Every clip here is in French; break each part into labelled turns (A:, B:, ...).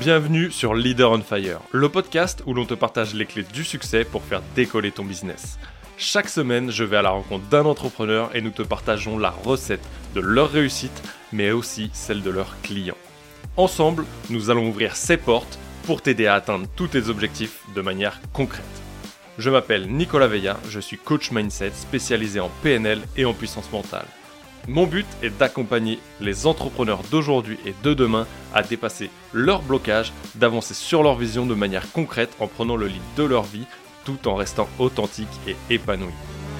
A: Bienvenue sur Leader on Fire, le podcast où l'on te partage les clés du succès pour faire décoller ton business. Chaque semaine, je vais à la rencontre d'un entrepreneur et nous te partageons la recette de leur réussite, mais aussi celle de leurs clients. Ensemble, nous allons ouvrir ces portes pour t'aider à atteindre tous tes objectifs de manière concrète. Je m'appelle Nicolas Veilla, je suis coach mindset spécialisé en PNL et en puissance mentale. Mon but est d'accompagner les entrepreneurs d'aujourd'hui et de demain à dépasser leurs blocages, d'avancer sur leur vision de manière concrète en prenant le lead de leur vie tout en restant authentique et épanoui.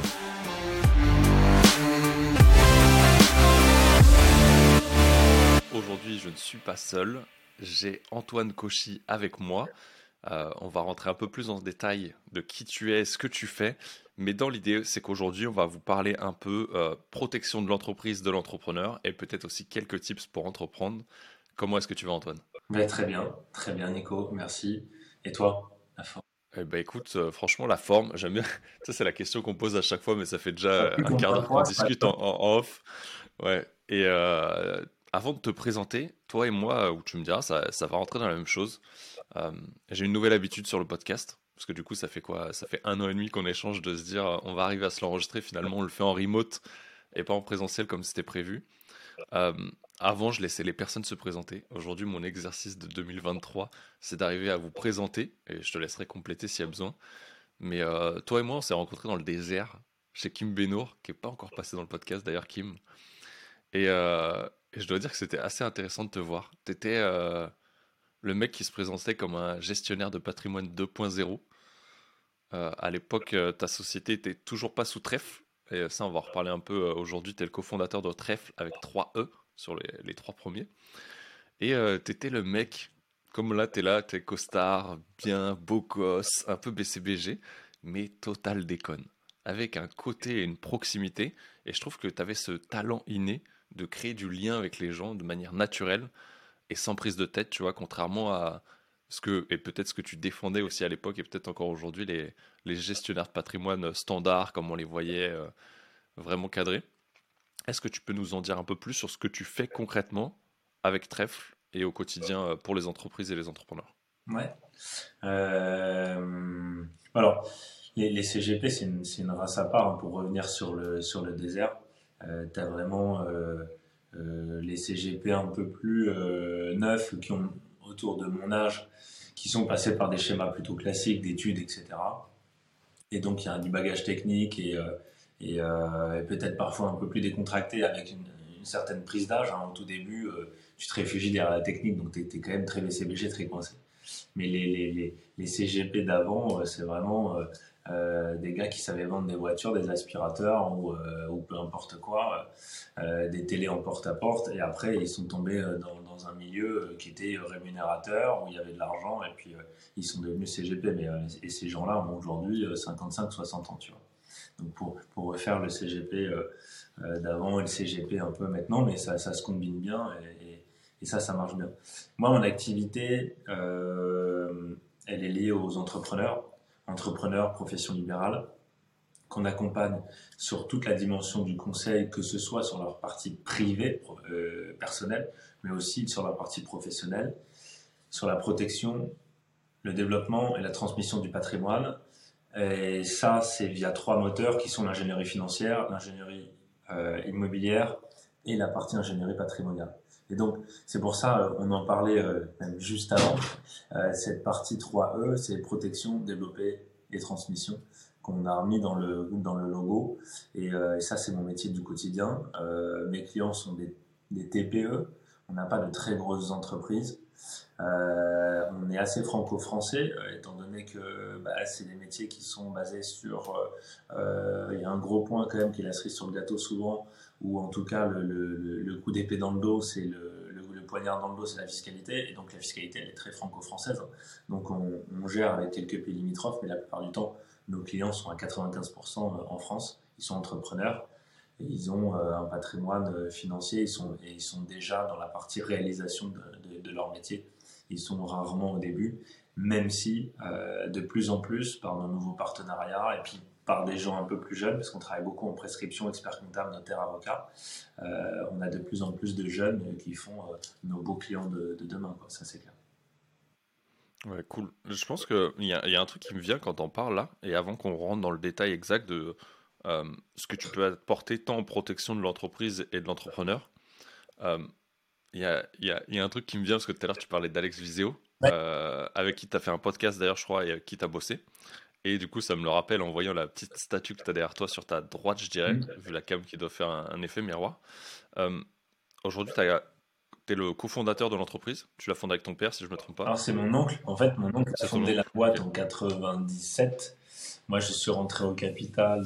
A: Aujourd'hui, je ne suis pas seul, j'ai Antoine Cauchy avec moi. On va rentrer un peu plus dans ce détail de qui tu es, ce que tu fais. Mais dans l'idée, c'est qu'aujourd'hui, on va vous parler un peu protection de l'entreprise, de l'entrepreneur et peut-être aussi quelques tips pour entreprendre. Comment est-ce que tu vas, Antoine?
B: Très bien Nico, merci. Et toi, la forme?
A: Eh ben écoute, franchement, la forme, j'aime bien. Ça, c'est la question qu'on pose à chaque fois, mais ça fait déjà
B: Tu
A: un
B: comptes
A: quart
B: pas
A: d'heure qu'on
B: toi, c'est pas
A: discute en off. Ouais. Et avant de te présenter, toi et moi, où tu me diras, ça va rentrer dans la même chose. Euh, j'ai une nouvelle habitude sur le podcast. Parce que du coup, ça fait quoi? Ça fait 1 an et demi qu'on échange de se dire, on va arriver à se l'enregistrer. Finalement, on le fait en remote et pas en présentiel comme c'était prévu. Euh, Avant, je laissais les personnes se présenter. Aujourd'hui, mon exercice de 2023, c'est d'arriver à vous présenter. Et je te laisserai compléter s'il y a besoin. Mais toi et moi, on s'est rencontrés dans le désert, chez Kim Benour, qui n'est pas encore passé dans le podcast d'ailleurs, Kim. Et je dois dire que c'était assez intéressant de te voir. Tu étais le mec qui se présentait comme un gestionnaire de patrimoine 2.0. À l'époque, ta société était toujours pas sous Trèfle. Et ça, on va en reparler un peu aujourd'hui. Tu es le cofondateur de Trèfle avec 3 E sur les 3 premiers. Et tu étais le mec, comme là, t'es costard, bien, beau gosse, un peu BCBG, mais total déconne. Avec un côté et une proximité. Et je trouve que tu avais ce talent inné de créer du lien avec les gens de manière naturelle et sans prise de tête, tu vois, contrairement à ce que, et peut-être ce que tu défendais aussi à l'époque, et peut-être encore aujourd'hui, les gestionnaires de patrimoine standards, comme on les voyait vraiment cadrés. Est-ce que tu peux nous en dire un peu plus sur ce que tu fais concrètement avec Trèfle et au quotidien pour les entreprises et les entrepreneurs?
B: Ouais. Euh, alors, les CGP, c'est une race à part, hein, pour revenir sur le désert. Tu as vraiment les CGP un peu plus neufs qui ont autour de mon âge, qui sont passés par des schémas plutôt classiques d'études, etc. Et donc, il y a du bagage technique et peut-être parfois un peu plus décontracté avec une certaine prise d'âge, hein. Au tout début, tu te réfugies derrière la technique, donc tu es quand même très BCBG, très coincé. Mais les CGP d'avant, c'est vraiment des gars qui savaient vendre des voitures, des aspirateurs ou peu importe quoi, des télés en porte-à-porte. Et après, ils sont tombés dans un milieu qui était rémunérateur, où il y avait de l'argent, et puis ils sont devenus CGP. Et ces gens-là ont aujourd'hui 55-60 ans, tu vois. Donc pour refaire le CGP d'avant et le CGP un peu maintenant, mais ça se combine bien et ça marche bien. Moi, mon activité, elle est liée aux entrepreneurs, profession libérale, qu'on accompagne sur toute la dimension du conseil, que ce soit sur leur partie privée, personnelle, mais aussi sur leur partie professionnelle, sur la protection, le développement et la transmission du patrimoine. Et ça, c'est via 3 moteurs qui sont l'ingénierie financière, l'ingénierie immobilière et la partie ingénierie patrimoniale. Et donc, c'est pour ça, on en parlait même juste avant, cette partie 3E, c'est protection, développer et transmission, qu'on a remis dans le logo. Et ça, c'est mon métier du quotidien. Mes clients sont des TPE, on n'a pas de très grosses entreprises. On est assez franco-français, étant donné que c'est des métiers qui sont basés sur... Il y a un gros point quand même qui est la cerise sur le gâteau souvent, ou en tout cas le coup d'épée dans le dos, c'est le poignard dans le dos, c'est la fiscalité. Et donc la fiscalité, elle est très franco-française. Donc on gère avec quelques pays limitrophes, mais la plupart du temps, nos clients sont à 95% en France. Ils sont entrepreneurs. Et ils ont un patrimoine financier, ils sont déjà dans la partie réalisation de leur métier. Ils sont rarement au début, même si de plus en plus, par nos nouveaux partenariats et puis par des gens un peu plus jeunes, parce qu'on travaille beaucoup en prescription, expert comptable, notaire, avocat, on a de plus en plus de jeunes qui font nos beaux clients de demain, quoi. Ça c'est clair.
A: Ouais, cool. Je pense qu'il y a un truc qui me vient quand on parle là, et avant qu'on rentre dans le détail exact de ce que tu peux apporter tant en protection de l'entreprise et de l'entrepreneur. euh, il y a un truc qui me vient parce que tout à l'heure tu parlais d'Alex Viseo,
B: Ouais.
A: avec qui tu as fait un podcast d'ailleurs, je crois, et avec qui tu as bossé. Et du coup, ça me le rappelle en voyant la petite statue que tu as derrière toi sur ta droite, je dirais,
B: Mm.
A: vu la cam qui doit faire un effet miroir. Euh, Aujourd'hui, tu es le cofondateur de l'entreprise. Tu l'as fondé avec ton père, si je me trompe pas.
B: Alors c'est mon oncle. En fait, mon oncle a
A: C'est ton
B: fondé la
A: oncle.
B: boîte
A: Ok.
B: en 97. Moi, je suis rentré au capital.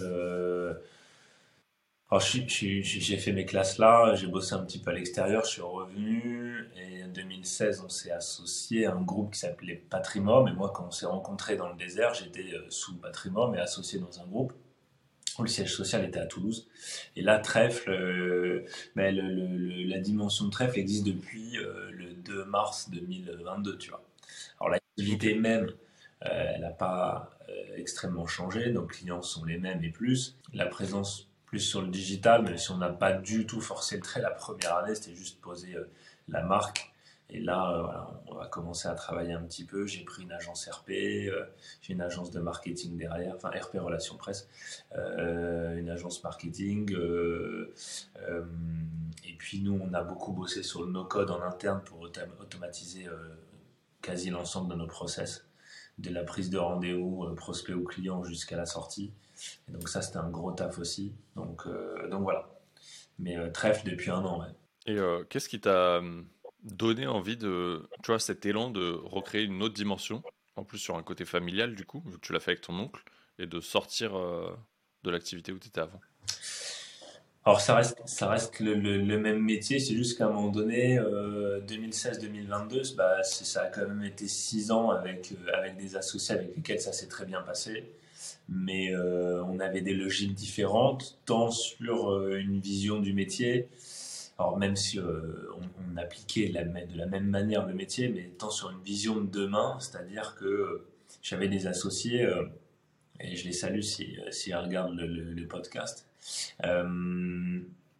B: Alors, j'ai fait mes classes là, j'ai bossé un petit peu à l'extérieur, je suis revenu et en 2016, on s'est associé à un groupe qui s'appelait Patrimum. Et moi, quand on s'est rencontrés dans le désert, j'étais sous Patrimum et associé dans un groupe où le siège social était à Toulouse. Et là, Trèfle, ben, la dimension de Trèfle existe depuis le 2 mars 2022, tu vois. Alors,
A: Ok.
B: l'activité même, elle n'a pas extrêmement changé. Nos clients sont les mêmes et plus. La présence plus sur le digital, même si on n'a pas du tout forcé le trait la première année, c'était juste poser la marque. Et là, voilà, on va commencer à travailler un petit peu. J'ai pris une agence RP, j'ai une agence de marketing derrière, enfin RP Relations Presse, une agence marketing. Euh, et puis nous, on a beaucoup bossé sur le no-code en interne pour automatiser quasi l'ensemble de nos process de la prise de rendez-vous prospect ou client jusqu'à la sortie. Et donc ça, c'était un gros taf aussi. Donc voilà. Mais trèfle depuis 1 an, ouais.
A: Et qu'est-ce qui t'a donné envie de, tu vois, cet élan de recréer une autre dimension, en plus sur un côté familial du coup, vu que tu l'as fait avec ton oncle, et de sortir de l'activité où tu étais avant?
B: Alors ça reste le même métier, c'est juste qu'à un moment donné, 2016-2022, bah, ça a quand même été 6 ans avec des associés avec lesquels ça s'est très bien passé. Mais on avait des logiques différentes, tant sur une vision du métier, alors même si on appliquait de la même manière le métier, mais tant sur une vision de demain, c'est-à-dire que j'avais des associés, et je les salue si ils regardent le podcast, euh,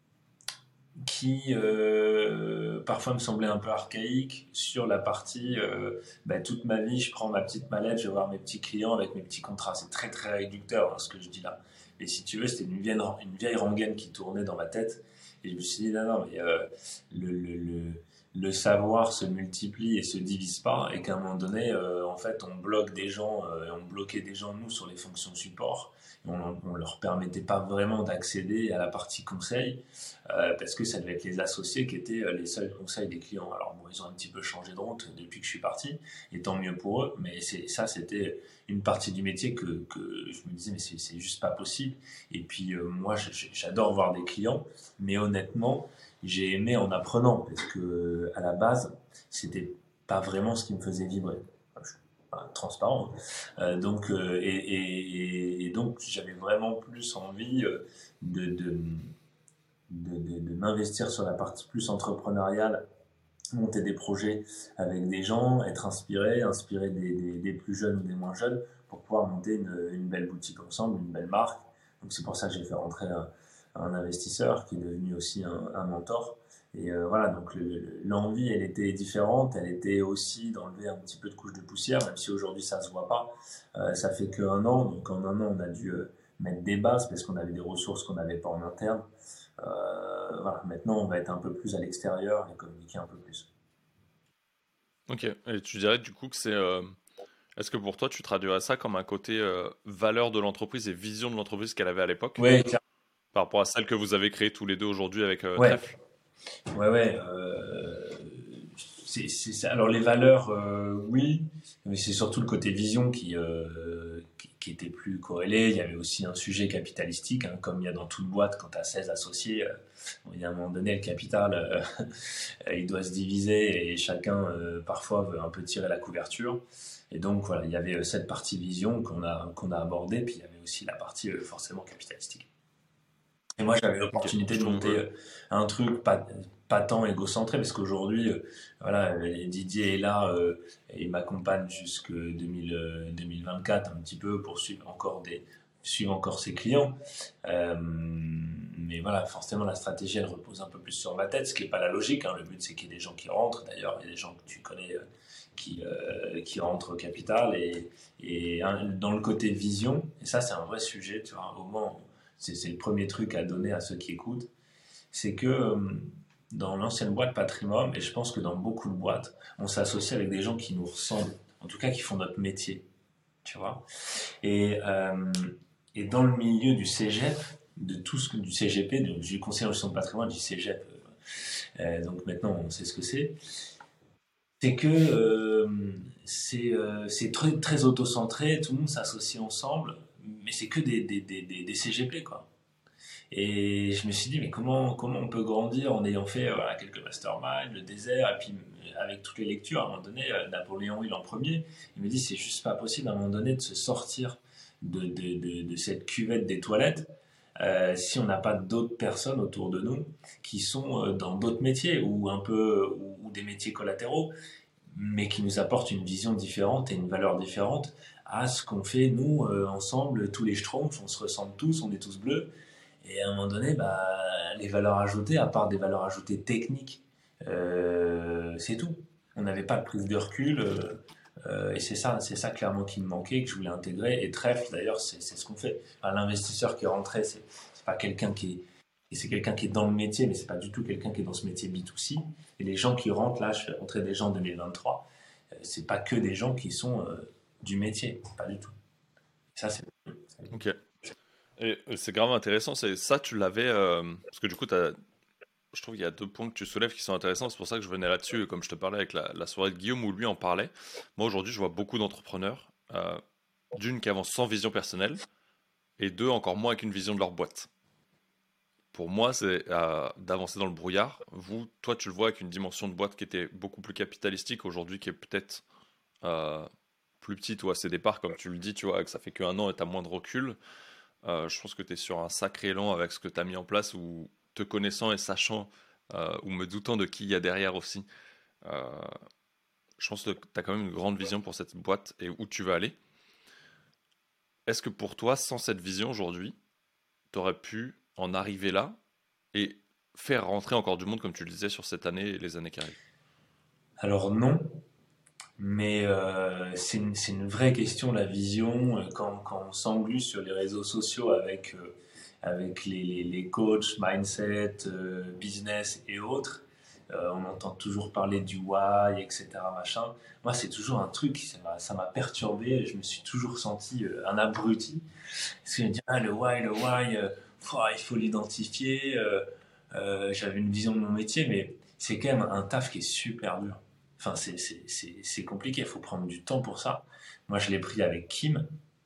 B: qui parfois me semblait un peu archaïque sur la partie bah, toute ma vie je prends ma petite mallette, je vais voir mes petits clients avec mes petits contrats. C'est très très réducteur hein, ce que je dis là, et si tu veux c'était une vieille rengaine qui tournait dans ma tête et je me suis dit non non mais le, le, le, le savoir se multiplie et se divise pas, et qu'à un moment donné en fait on bloque des gens et on bloquait des gens nous sur les fonctions support, on leur permettait pas vraiment d'accéder à la partie conseil parce que ça devait être les associés qui étaient les seuls conseils des clients. Alors bon, ils ont un petit peu changé de route depuis que je suis parti, et tant mieux pour eux, mais c'était une partie du métier que je me disais, mais c'est juste pas possible. Et puis moi, j'adore voir des clients, mais honnêtement, j'ai aimé en apprenant, parce que à la base, c'était pas vraiment ce qui me faisait vibrer. Enfin, je suis pas transparent. Et donc, j'avais vraiment plus envie de, de m'investir sur la partie plus entrepreneuriale, monter des projets avec des gens, être inspiré, inspirer des plus jeunes ou des moins jeunes pour pouvoir monter une belle boutique ensemble, une belle marque. Donc c'est pour ça que j'ai fait rentrer un investisseur qui est devenu aussi un mentor. Et voilà, donc l'envie, elle était différente, elle était aussi d'enlever un petit peu de couche de poussière, même si aujourd'hui ça se voit pas. Ça fait qu'1 an, donc en 1 an on a dû mettre des bases parce qu'on avait des ressources qu'on n'avait pas en interne. Voilà, maintenant, on va être un peu plus à l'extérieur et communiquer un peu plus.
A: Ok. Et tu dirais du coup que est-ce que pour toi tu traduirais ça comme un côté valeur de l'entreprise et vision de l'entreprise qu'elle avait à l'époque,
B: Ouais,
A: par rapport à celle que vous avez créée tous les deux aujourd'hui avec
B: ouais,
A: Trèfle?
B: ouais, ouais. Alors les valeurs, oui, mais c'est surtout le côté vision qui était plus corrélé. Il y avait aussi un sujet capitalistique, hein, comme il y a dans toute boîte quand tu as 16 associés. Bon, il y a un moment donné, le capital, il doit se diviser et chacun parfois veut un peu tirer la couverture. Et donc voilà, il y avait cette partie vision qu'on a abordée, puis il y avait aussi la partie forcément capitalistique. Et moi, j'avais
A: Ok.
B: l'opportunité
A: Je
B: de
A: trouve.
B: monter un truc pas tant égocentré, parce qu'aujourd'hui, voilà, Didier est là et il m'accompagne jusque 2024 un petit peu pour suivre encore suivre encore ses clients. Mais voilà, forcément, la stratégie, elle repose un peu plus sur ma tête, ce qui n'est pas la logique, hein. Le but, c'est qu'il y ait des gens qui rentrent. D'ailleurs, il y a des gens que tu connais qui rentrent au capital. Dans le côté vision, et ça, c'est un vrai sujet, tu vois, au moment, c'est le premier truc à donner à ceux qui écoutent, c'est que dans l'ancienne boîte Patrimum, et je pense que dans beaucoup de boîtes, on s'associe avec des gens qui nous ressemblent, en tout cas qui font notre métier, tu vois. Et, euh, et dans le milieu du cégep, de tout ce que du CGP, du Conseil en gestion de patrimoine, du cégep, donc maintenant on sait ce que c'est que c'est très, très auto-centré, tout le monde s'associe ensemble, mais c'est que des CGP, quoi. Et je me suis dit, mais comment on peut grandir en ayant fait voilà, quelques masterminds, le désert, et puis avec toutes les lectures, à un moment donné, Napoléon Hill en premier, il me dit, c'est juste pas possible à un moment donné de se sortir de cette cuvette des toilettes si on n'a pas d'autres personnes autour de nous qui sont dans d'autres métiers ou un peu ou des métiers collatéraux, mais qui nous apportent une vision différente et une valeur différente à ce qu'on fait nous ensemble, tous les schtroumpfs, on se ressemble tous, on est tous bleus. Et à un moment donné, bah, les valeurs ajoutées, à part des valeurs ajoutées techniques, c'est tout. On n'avait pas de prise de recul. Et c'est ça clairement qui me manquait, que je voulais intégrer. Et Trèfle, d'ailleurs, c'est ce qu'on fait. Enfin, l'investisseur qui est rentré, c'est pas quelqu'un c'est quelqu'un qui est dans le métier, mais c'est pas du tout quelqu'un qui est dans ce métier B2C. Et les gens qui rentrent là, je fais rentrer des gens en 2023, c'est pas que des gens qui sont du métier, pas du tout. Ça, c'est.
A: Ok. Et c'est grave intéressant, c'est ça tu l'avais parce que du coup je trouve qu'il y a deux points que tu soulèves qui sont intéressants, c'est pour ça que je venais là-dessus, et comme je te parlais avec la soirée de Guillaume où lui en parlait. Moi aujourd'hui je vois beaucoup d'entrepreneurs, d'une qui avancent sans vision personnelle, et deux encore moins avec une vision de leur boîte. Pour moi c'est d'avancer dans le brouillard. Toi tu le vois avec une dimension de boîte qui était beaucoup plus capitalistique aujourd'hui, qui est peut-être euh, plus petite ou à ses départs comme tu le dis, tu vois, que ça fait qu'un an et tu as moins de recul. Je pense que tu es sur un sacré élan avec ce que tu as mis en place, ou te connaissant et sachant, ou me doutant de qui il y a derrière aussi. Euh, je pense que tu as quand même une grande vision pour cette boîte et où tu vas aller. Est-ce que pour toi, sans cette vision aujourd'hui, tu aurais pu en arriver là et faire rentrer encore du monde, comme tu le disais, sur cette année et les années qui arrivent?
B: Alors non, mais c'est une vraie question, la vision. Quand on s'englue sur les réseaux sociaux avec les coachs, mindset, business et autres, on entend toujours parler du why, etc. Machin. Moi, c'est toujours un truc, ça m'a perturbé. Je me suis toujours senti un abruti. Parce que je me dis, ah, le why, il faut l'identifier. J'avais une vision de mon métier, mais c'est quand même un taf qui est super dur. Enfin, c'est compliqué, il faut prendre du temps pour ça. Moi, je l'ai pris avec Kim,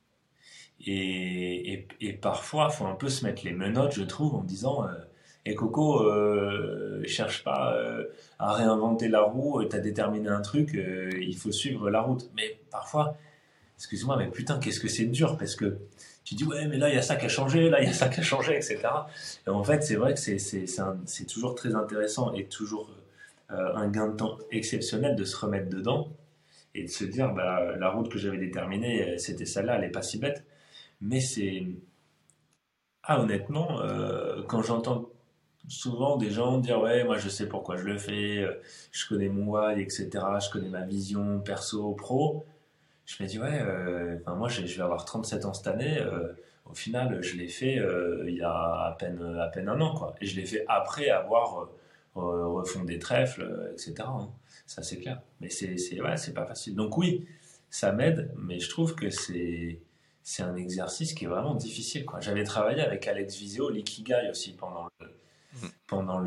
B: et parfois, il faut un peu se mettre les menottes, je trouve, en me disant et Coco, cherche pas à réinventer la roue, tu as déterminé un truc, il faut suivre la route. Mais parfois, excuse-moi, mais putain, qu'est-ce que c'est dur, parce que tu dis, ouais, mais là, il y a ça qui a changé, là, il y a ça qui a changé, etc. Et en fait, c'est vrai que c'est toujours très intéressant et toujours un gain de temps exceptionnel de se remettre dedans et de se dire, bah, la route que j'avais déterminée, c'était celle-là, elle est pas si bête. Mais c'est. Ah, honnêtement, quand j'entends souvent des gens dire, ouais, moi, je sais pourquoi je le fais, je connais mon why, etc., je connais ma vision perso, pro. Je me dis, ouais, enfin, moi je vais avoir 37 ans cette année. Au final, je l'ai fait il y a à peine un an, quoi. Et je l'ai fait après avoir refondé Trèfle, etc., hein. Ça, c'est clair. Mais ouais, c'est pas facile. Donc, oui, ça m'aide, mais je trouve que c'est un exercice qui est vraiment difficile, quoi. J'avais travaillé avec Alex Viseo, l'Ikigai aussi,
A: Mhm.
B: pendant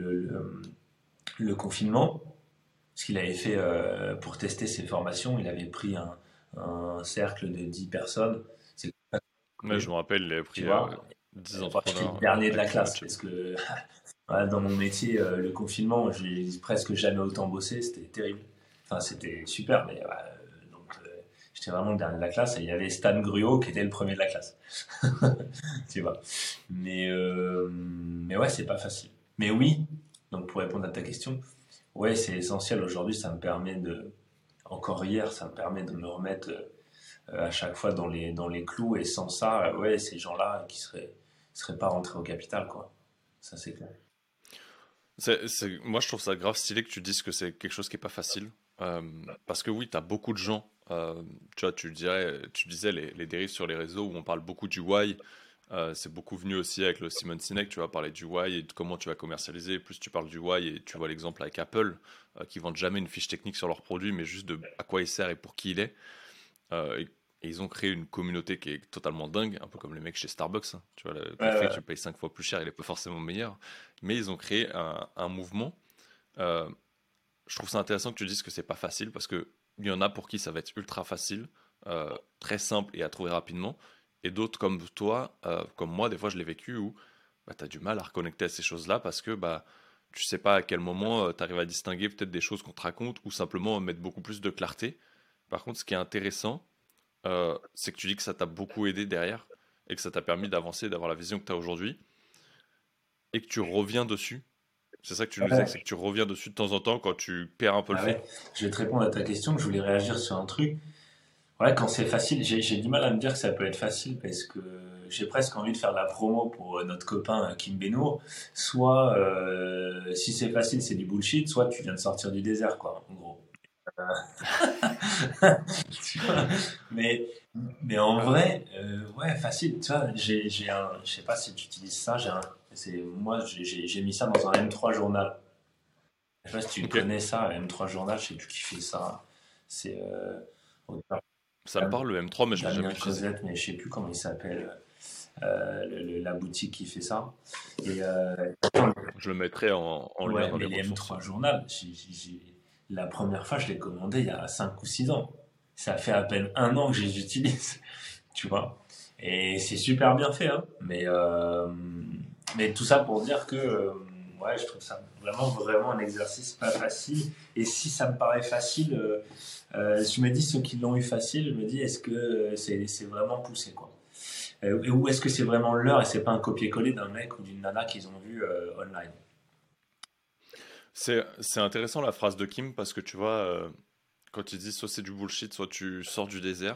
B: le confinement. Ce qu'il avait fait pour tester ses formations, il avait pris un cercle de 10 personnes. C'est
A: Ouais, je
B: connu,
A: me rappelle, il avait
B: tu
A: pris
B: vois.
A: 10
B: Moi, j'étais le
A: entrepreneurs
B: dernier de la
A: avec lui en
B: classe
A: coaching.
B: parce que voilà, dans mon métier, le confinement, j'ai presque jamais autant bossé. C'était terrible. Enfin, c'était super, mais donc, j'étais vraiment le dernier de la classe et il y avait Stan Gruot qui était le premier de la classe. Tu vois. Mais ouais, c'est pas facile. Mais oui, donc pour répondre à ta question, ouais, c'est essentiel aujourd'hui. Ça me permet de, encore hier, ça me permet de me remettre à chaque fois dans les clous. Et sans ça, ouais, ces gens-là seraient pas rentrés au capital, quoi. Ça, c'est clair.
A: Moi, je trouve ça grave stylé que tu dises que c'est quelque chose qui est pas facile. Euh, Parce que oui, tu as beaucoup de gens. Tu vois, tu disais les dérives sur les réseaux où on parle beaucoup du why. C'est beaucoup venu aussi avec le Simon Sinek, tu vas parler du why et de comment tu vas commercialiser. Plus tu parles du why et tu vois l'exemple avec Apple, qui vendent jamais une fiche technique sur leur produit, mais juste de à quoi il sert et pour qui il est. Et ils ont créé une communauté qui est totalement dingue, un peu comme les mecs chez Starbucks, hein. Tu vois, le
B: Ouais,
A: café,
B: ouais.
A: tu payes 5 fois plus cher, il est pas forcément meilleur. Mais ils ont créé un mouvement. Euh, je trouve ça intéressant que tu dises que c'est pas facile parce que il y en a pour qui ça va être ultra facile, très simple et à trouver rapidement. Et d'autres comme toi, comme moi, des fois je l'ai vécu où bah, tu as du mal à reconnecter à ces choses-là parce que bah, tu sais pas à quel moment tu arrives à distinguer peut-être des choses qu'on te raconte ou simplement mettre beaucoup plus de clarté. Par contre, ce qui est intéressant, c'est que tu dis que ça t'a beaucoup aidé derrière et que ça t'a permis d'avancer, d'avoir la vision que tu as aujourd'hui et que tu reviens dessus. C'est ça que tu nous disais,
B: Ouais.
A: c'est que tu reviens dessus de temps en temps quand tu perds un peu le
B: Ah
A: fil.
B: ouais. Je vais te répondre à ta question. Je voulais réagir sur un truc. Ouais, quand c'est facile, j'ai du mal à me dire que ça peut être facile parce que j'ai presque envie de faire de la promo pour notre copain Kim Benour. Soit, si c'est facile, c'est du bullshit, soit tu viens de sortir du désert, quoi, en gros. Tu vois. Mais, mais en vrai, ouais, facile. Tu vois, je sais pas si tu utilises ça, moi, j'ai mis ça dans un M3 journal. Je sais pas si tu
A: Ok,
B: connais ça, M3 journal, je sais plus qui fait ça. C'est,
A: ça me parle le M3, mais je l'ai jamais
B: Damien
A: utilisé.
B: Cosette, mais je sais plus comment il s'appelle, la boutique qui fait ça. Et
A: Je le mettrai en lien
B: ouais,
A: dans
B: mais
A: les
B: les
A: ressources.
B: M3 Journal, la première fois, je l'ai commandé il y a 5 ou 6 ans. Ça fait à peine un an que je les utilise, tu vois. Et c'est super bien fait, hein. Mais tout ça pour dire que ouais, je trouve ça vraiment un exercice pas facile. Et si ça me paraît facile, je me dis ceux qui l'ont eu facile, je me dis est-ce que c'est vraiment poussé, quoi. Ou est-ce que c'est vraiment leur et c'est pas un copier-coller d'un mec ou d'une nana qu'ils ont vu online?
A: C'est intéressant la phrase de Kim parce que tu vois, quand il dit soit c'est du bullshit, soit tu sors du désert,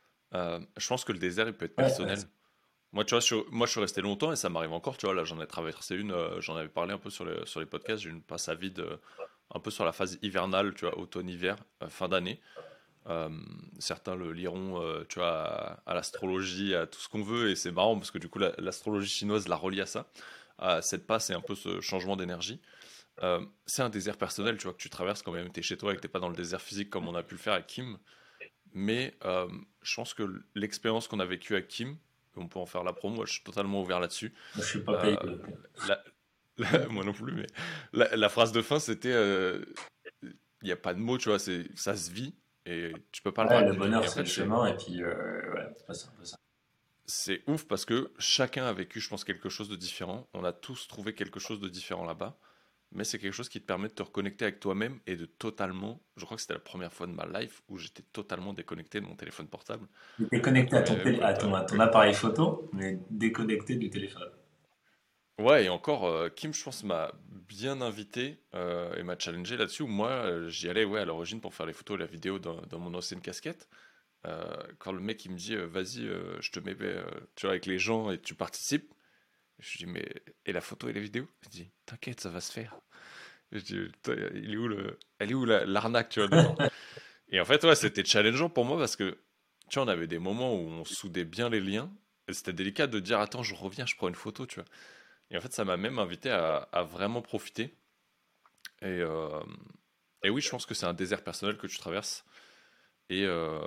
A: je pense que le désert il peut être
B: Ouais, ouais.
A: personnel. Moi, tu vois, moi je suis resté longtemps et ça m'arrive encore, tu vois, là j'en ai traversé une, j'en avais parlé un peu sur les podcasts, j'ai eu une passe à vide un peu sur la phase hivernale, tu vois, automne-hiver, fin d'année. Euh, Certains le liront, tu vois, à l'astrologie, à tout ce qu'on veut, et c'est marrant parce que du coup, l'astrologie chinoise la relie à ça, à cette passe et un peu ce changement d'énergie. C'est un désert personnel, tu vois, que tu traverses quand même, tu es chez toi et que t'es pas dans le désert physique comme on a pu le faire avec Kim. Mais je pense que l'expérience qu'on a vécue avec Kim, on peut en faire la promo, moi, je suis totalement ouvert là-dessus.
B: Moi, je suis pas
A: Euh,
B: payé.
A: la- moi non plus, mais la phrase de fin, c'était il n'y a pas de mots, tu vois, ça se vit et tu peux pas le
B: Ouais, le
A: raconter.
B: bonheur,
A: Et en
B: c'est le
A: fait,
B: chemin, et puis, ouais, c'est un peu ça.
A: c'est ouf parce que chacun a vécu, je pense, quelque chose de différent. On a tous trouvé quelque chose de différent là-bas. Mais c'est quelque chose qui te permet de te reconnecter avec toi-même et de totalement. Je crois que c'était la première fois de ma life où j'étais totalement déconnecté de mon téléphone portable.
B: Tu es connecté
A: Quand il y avait même
B: à ton appareil photo, mais déconnecté du téléphone.
A: Ouais, et encore, Kim, je pense, m'a bien invité et m'a challengé là-dessus. Où moi, j'y allais ouais, à l'origine pour faire les photos et la vidéo dans mon ancienne casquette. Quand le mec il me dit vas-y, je te mets tu vois, avec les gens et tu participes. Je dis mais et la photo et les vidéos? Il dit t'inquiète, ça va se faire. Je dis putain, elle est où l'arnaque tu vois dedans? Et en fait ouais, c'était challengeant pour moi parce que tu vois, on avait des moments où on soudait bien les liens. Et c'était délicat de dire attends, je reviens, je prends une photo, tu vois. Et en fait, ça m'a même invité à vraiment profiter. Et, euh, et oui, je pense que c'est un désert personnel que tu traverses. Et, euh,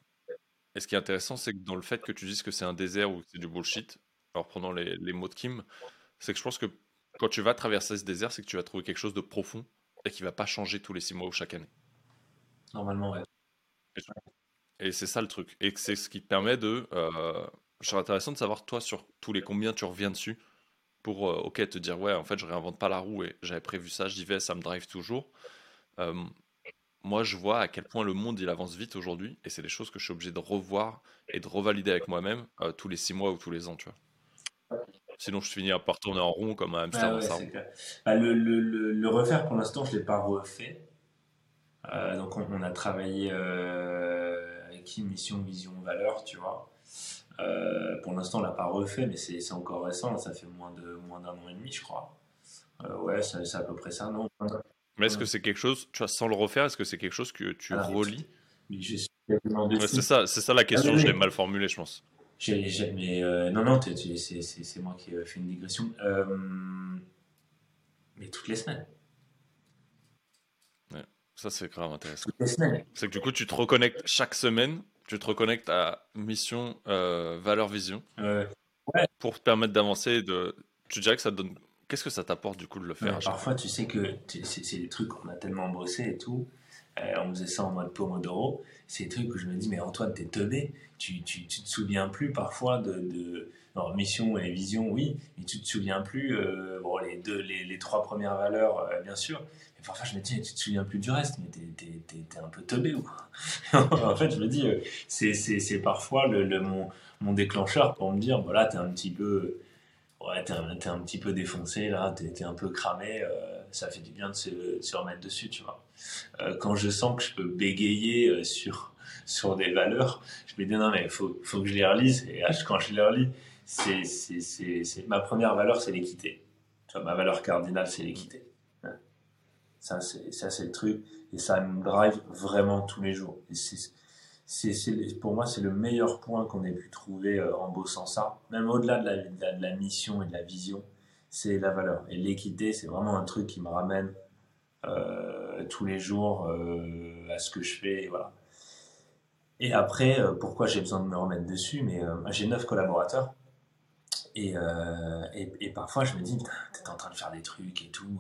A: et ce qui est intéressant, c'est que dans le fait que tu dises que c'est un désert ou que c'est du bullshit, en reprenant les mots de Kim, c'est que je pense que quand tu vas traverser ce désert, c'est que tu vas trouver quelque chose de profond et qui va pas changer tous les 6 mois ou chaque année.
B: Normalement, ouais.
A: Et c'est ça le truc. Et que c'est ce qui te permet de... je serais intéressant de savoir, toi, sur tous les combien tu reviens dessus pour, ok, te dire, ouais, en fait, je réinvente pas la roue et j'avais prévu ça, j'y vais, ça me drive toujours. Euh, Moi, je vois à quel point le monde il avance vite aujourd'hui, et c'est des choses que je suis obligé de revoir et de revalider avec moi-même tous les 6 mois ou tous les ans, tu vois. Sinon, je finis par tourner en rond comme un hamster
B: Ouais,
A: dans
B: ouais,
A: sa
B: c'est
A: roue.
B: clair. Bah, le refaire, pour l'instant, je l'ai pas refait. Donc, on a travaillé avec qui mission, vision, valeur, tu vois. Pour l'instant, on l'a pas refait, mais c'est encore récent. Ça fait moins d'un an et demi, je crois. Ouais, c'est à peu près ça, non?
A: Mais est-ce
B: Ouais.
A: que c'est quelque chose, tu vois, sans le refaire, est-ce que c'est quelque chose que tu
B: Ah,
A: relis?
B: mais je suis quasiment
A: Ouais,
B: dessus.
A: c'est ça la
B: Ah oui,
A: question, je l'ai
B: oui.
A: mal formulée, je pense.
B: Mais non, non, c'est moi qui ai fait une digression. Mais toutes les semaines.
A: Ouais. Ça, c'est grave intéressant.
B: Toutes les semaines.
A: C'est que du coup, tu te reconnectes chaque semaine, tu te reconnectes à mission, valeur, vision,
B: Ouais.
A: pour te permettre d'avancer et de... Tu dirais que ça te donne... Qu'est-ce que ça t'apporte du coup de le faire
B: Ouais,
A: à chaque fois?
B: parfois, tu sais que c'est des trucs qu'on a tellement bossé et tout. On faisait ça en mode Pomodoro. C'est des trucs où je me dis, mais Antoine, t'es teubé. Tu te souviens plus parfois non, mission et vision, oui, mais tu te souviens plus, bon, les trois premières valeurs, bien sûr. Mais parfois, je me dis, tu te souviens plus du reste, mais t'es un peu teubé ou quoi? En fait, je me dis, c'est parfois mon déclencheur pour me dire, voilà, t'es un petit peu. Ouais, t'es un petit peu défoncé là, t'es un peu cramé, ça fait du bien de se remettre dessus, tu vois. Quand je sens que je peux bégayer sur des valeurs, je me dis non mais faut que je les relise. Et quand je les relis, ma première valeur, c'est l'équité. Tu vois, ma valeur cardinale, c'est l'équité. Ouais. Ça, c'est le truc. Et ça me drive vraiment tous les jours. Et pour moi, c'est le meilleur point qu'on ait pu trouver en bossant ça. Même au-delà de la mission et de la vision, c'est la valeur. Et l'équité, c'est vraiment un truc qui me ramène tous les jours à ce que je fais. Et voilà. Et après, pourquoi j'ai besoin de me remettre dessus? Mais j'ai 9 collaborateurs. Et parfois, je me dis, putain, t'es en train de faire des trucs et tout.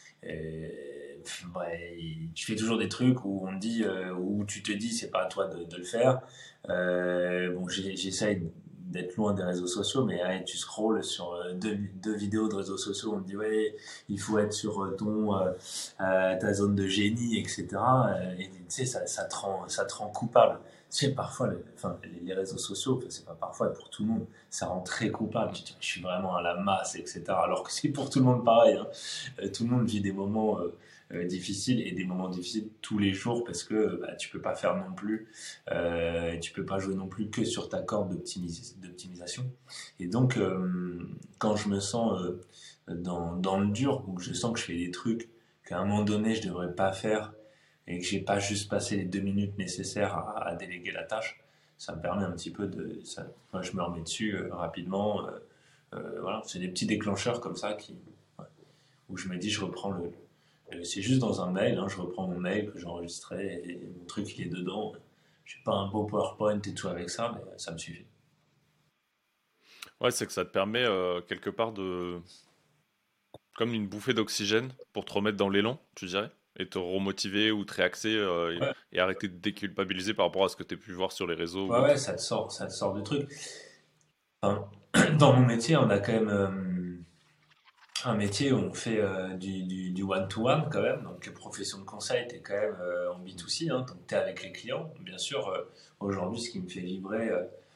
B: Ouais, tu fais toujours des trucs où on te dit, où tu te dis, c'est pas à toi de le faire. Bon, j'essaye d'être loin des réseaux sociaux, mais ouais, tu scrolles sur deux vidéos de réseaux sociaux, on te dit, ouais, il faut être sur ta zone de génie, etc. Et tu sais, ça te rend coupable. Tu sais, parfois, enfin, les réseaux sociaux, enfin, c'est pas parfois, pour tout le monde, ça rend très coupable. Tu te dis, je suis vraiment à la masse, etc. Alors que c'est pour tout le monde pareil. Hein. Tout le monde vit des moments difficiles et des moments difficiles tous les jours parce que bah, tu peux pas faire non plus, tu peux pas jouer non plus que sur ta corde d'optimisation. Et donc, quand je me sens dans le dur ou que je sens que je fais des trucs qu'à un moment donné je devrais pas faire et que j'ai pas juste passé les 2 minutes nécessaires à déléguer la tâche, ça me permet un petit peu enfin, je me remets dessus rapidement. Voilà, c'est des petits déclencheurs comme ça ouais, où je me dis, je reprends c'est juste dans un mail, hein, je reprends mon mail que j'ai enregistré et mon truc il est dedans. Je n'ai pas un beau PowerPoint et tout avec ça, mais ça me suffit.
A: Ouais, c'est que ça te permet quelque part de... Comme une bouffée d'oxygène pour te remettre dans l'élan, tu dirais, et te remotiver ou te réaxer
B: Ouais,
A: et arrêter de déculpabiliser par rapport à ce que tu as pu voir sur les réseaux ou
B: ouais, ouais,
A: autre.
B: ça te sort du truc. Enfin, dans mon métier, on a quand même un métier où on fait du one-to-one quand même. Donc, profession de conseil, tu es quand même en B2C, hein, donc tu es avec les clients. Bien sûr, aujourd'hui, ce qui me fait vibrer,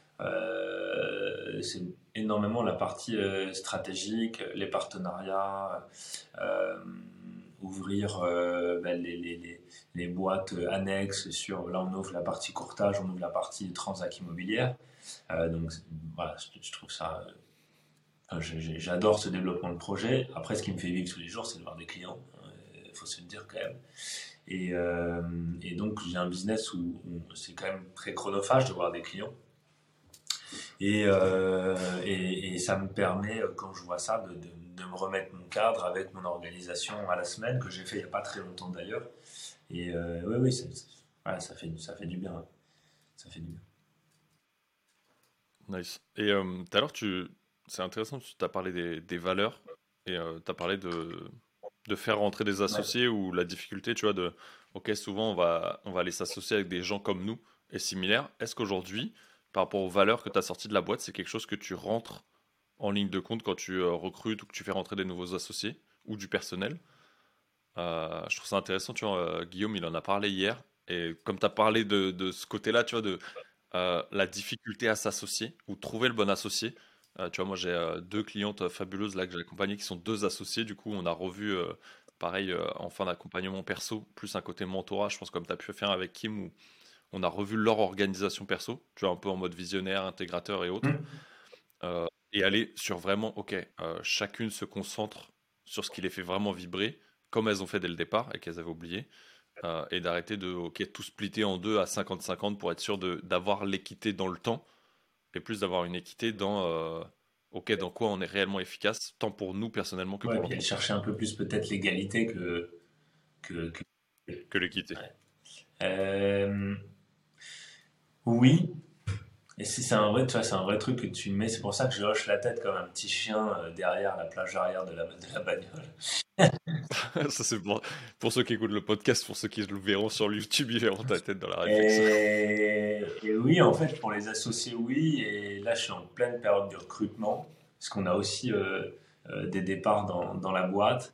B: c'est énormément la partie stratégique, les partenariats, euh, ouvrir ben, les boîtes annexes sur, là on ouvre la partie courtage, on ouvre la partie transac immobilière. Donc voilà, je trouve ça enfin, j'adore ce développement de projet. Après, ce qui me fait vivre tous les jours, c'est de voir des clients. Il faut se le dire quand même. Et donc, j'ai un business où c'est quand même très chronophage de voir des clients. Et ça me permet, quand je vois ça, de me remettre mon cadre avec mon organisation à la semaine, que j'ai fait il n'y a pas très longtemps d'ailleurs. Et oui, oui, ouais, ça fait du bien. Hein. Ça fait du bien.
A: Nice. Et tout à l'heure, c'est intéressant, tu as parlé des valeurs et tu as parlé de faire rentrer des
B: Ouais.
A: associés ou la difficulté, tu vois, ok, souvent on va aller s'associer avec des gens comme nous et similaires. Est-ce qu'aujourd'hui, par rapport aux valeurs que tu as sorties de la boîte, c'est quelque chose que tu rentres en ligne de compte quand tu recrutes ou que tu fais rentrer des nouveaux associés ou du personnel? Je trouve ça intéressant, tu vois, Guillaume, il en a parlé hier. Et comme tu as parlé de ce côté-là, tu vois, de la difficulté à s'associer ou trouver le bon associé. Tu vois, moi j'ai deux clientes fabuleuses là que j'ai accompagnées qui sont deux associés. Du coup, on a revu, pareil, en fin d'accompagnement perso, plus un côté mentorat, je pense, comme tu as pu faire avec Kim, on a revu leur organisation perso, tu vois, un peu en mode visionnaire, intégrateur et autres,
B: Hmm.
A: et aller sur vraiment, ok, chacune se concentre sur ce qui les fait vraiment vibrer, comme elles ont fait dès le départ et qu'elles avaient oublié, et d'arrêter de, ok, tout splitter en deux à 50-50 pour être sûr d'avoir l'équité dans le temps, et plus d'avoir une équité dans, ok, dans quoi on est réellement efficace, tant pour nous personnellement que
B: Ouais,
A: pour
B: puis elle
A: l'entreprise,
B: cherchait un peu plus peut-être l'égalité que...
A: que l'équité.
B: Ouais. Euh, oui, et si c'est un vrai, tu vois, c'est un vrai truc que tu mets. C'est pour ça que je hoche la tête comme un petit chien derrière la plage arrière de la bagnole.
A: Ça, c'est pour ceux qui écoutent le podcast, pour ceux qui le verront sur YouTube, ils verront ta tête dans la réflexion.
B: Et oui, en fait, pour les associés, oui. Et là, je suis en pleine période de recrutement, parce qu'on a aussi des départs dans la boîte.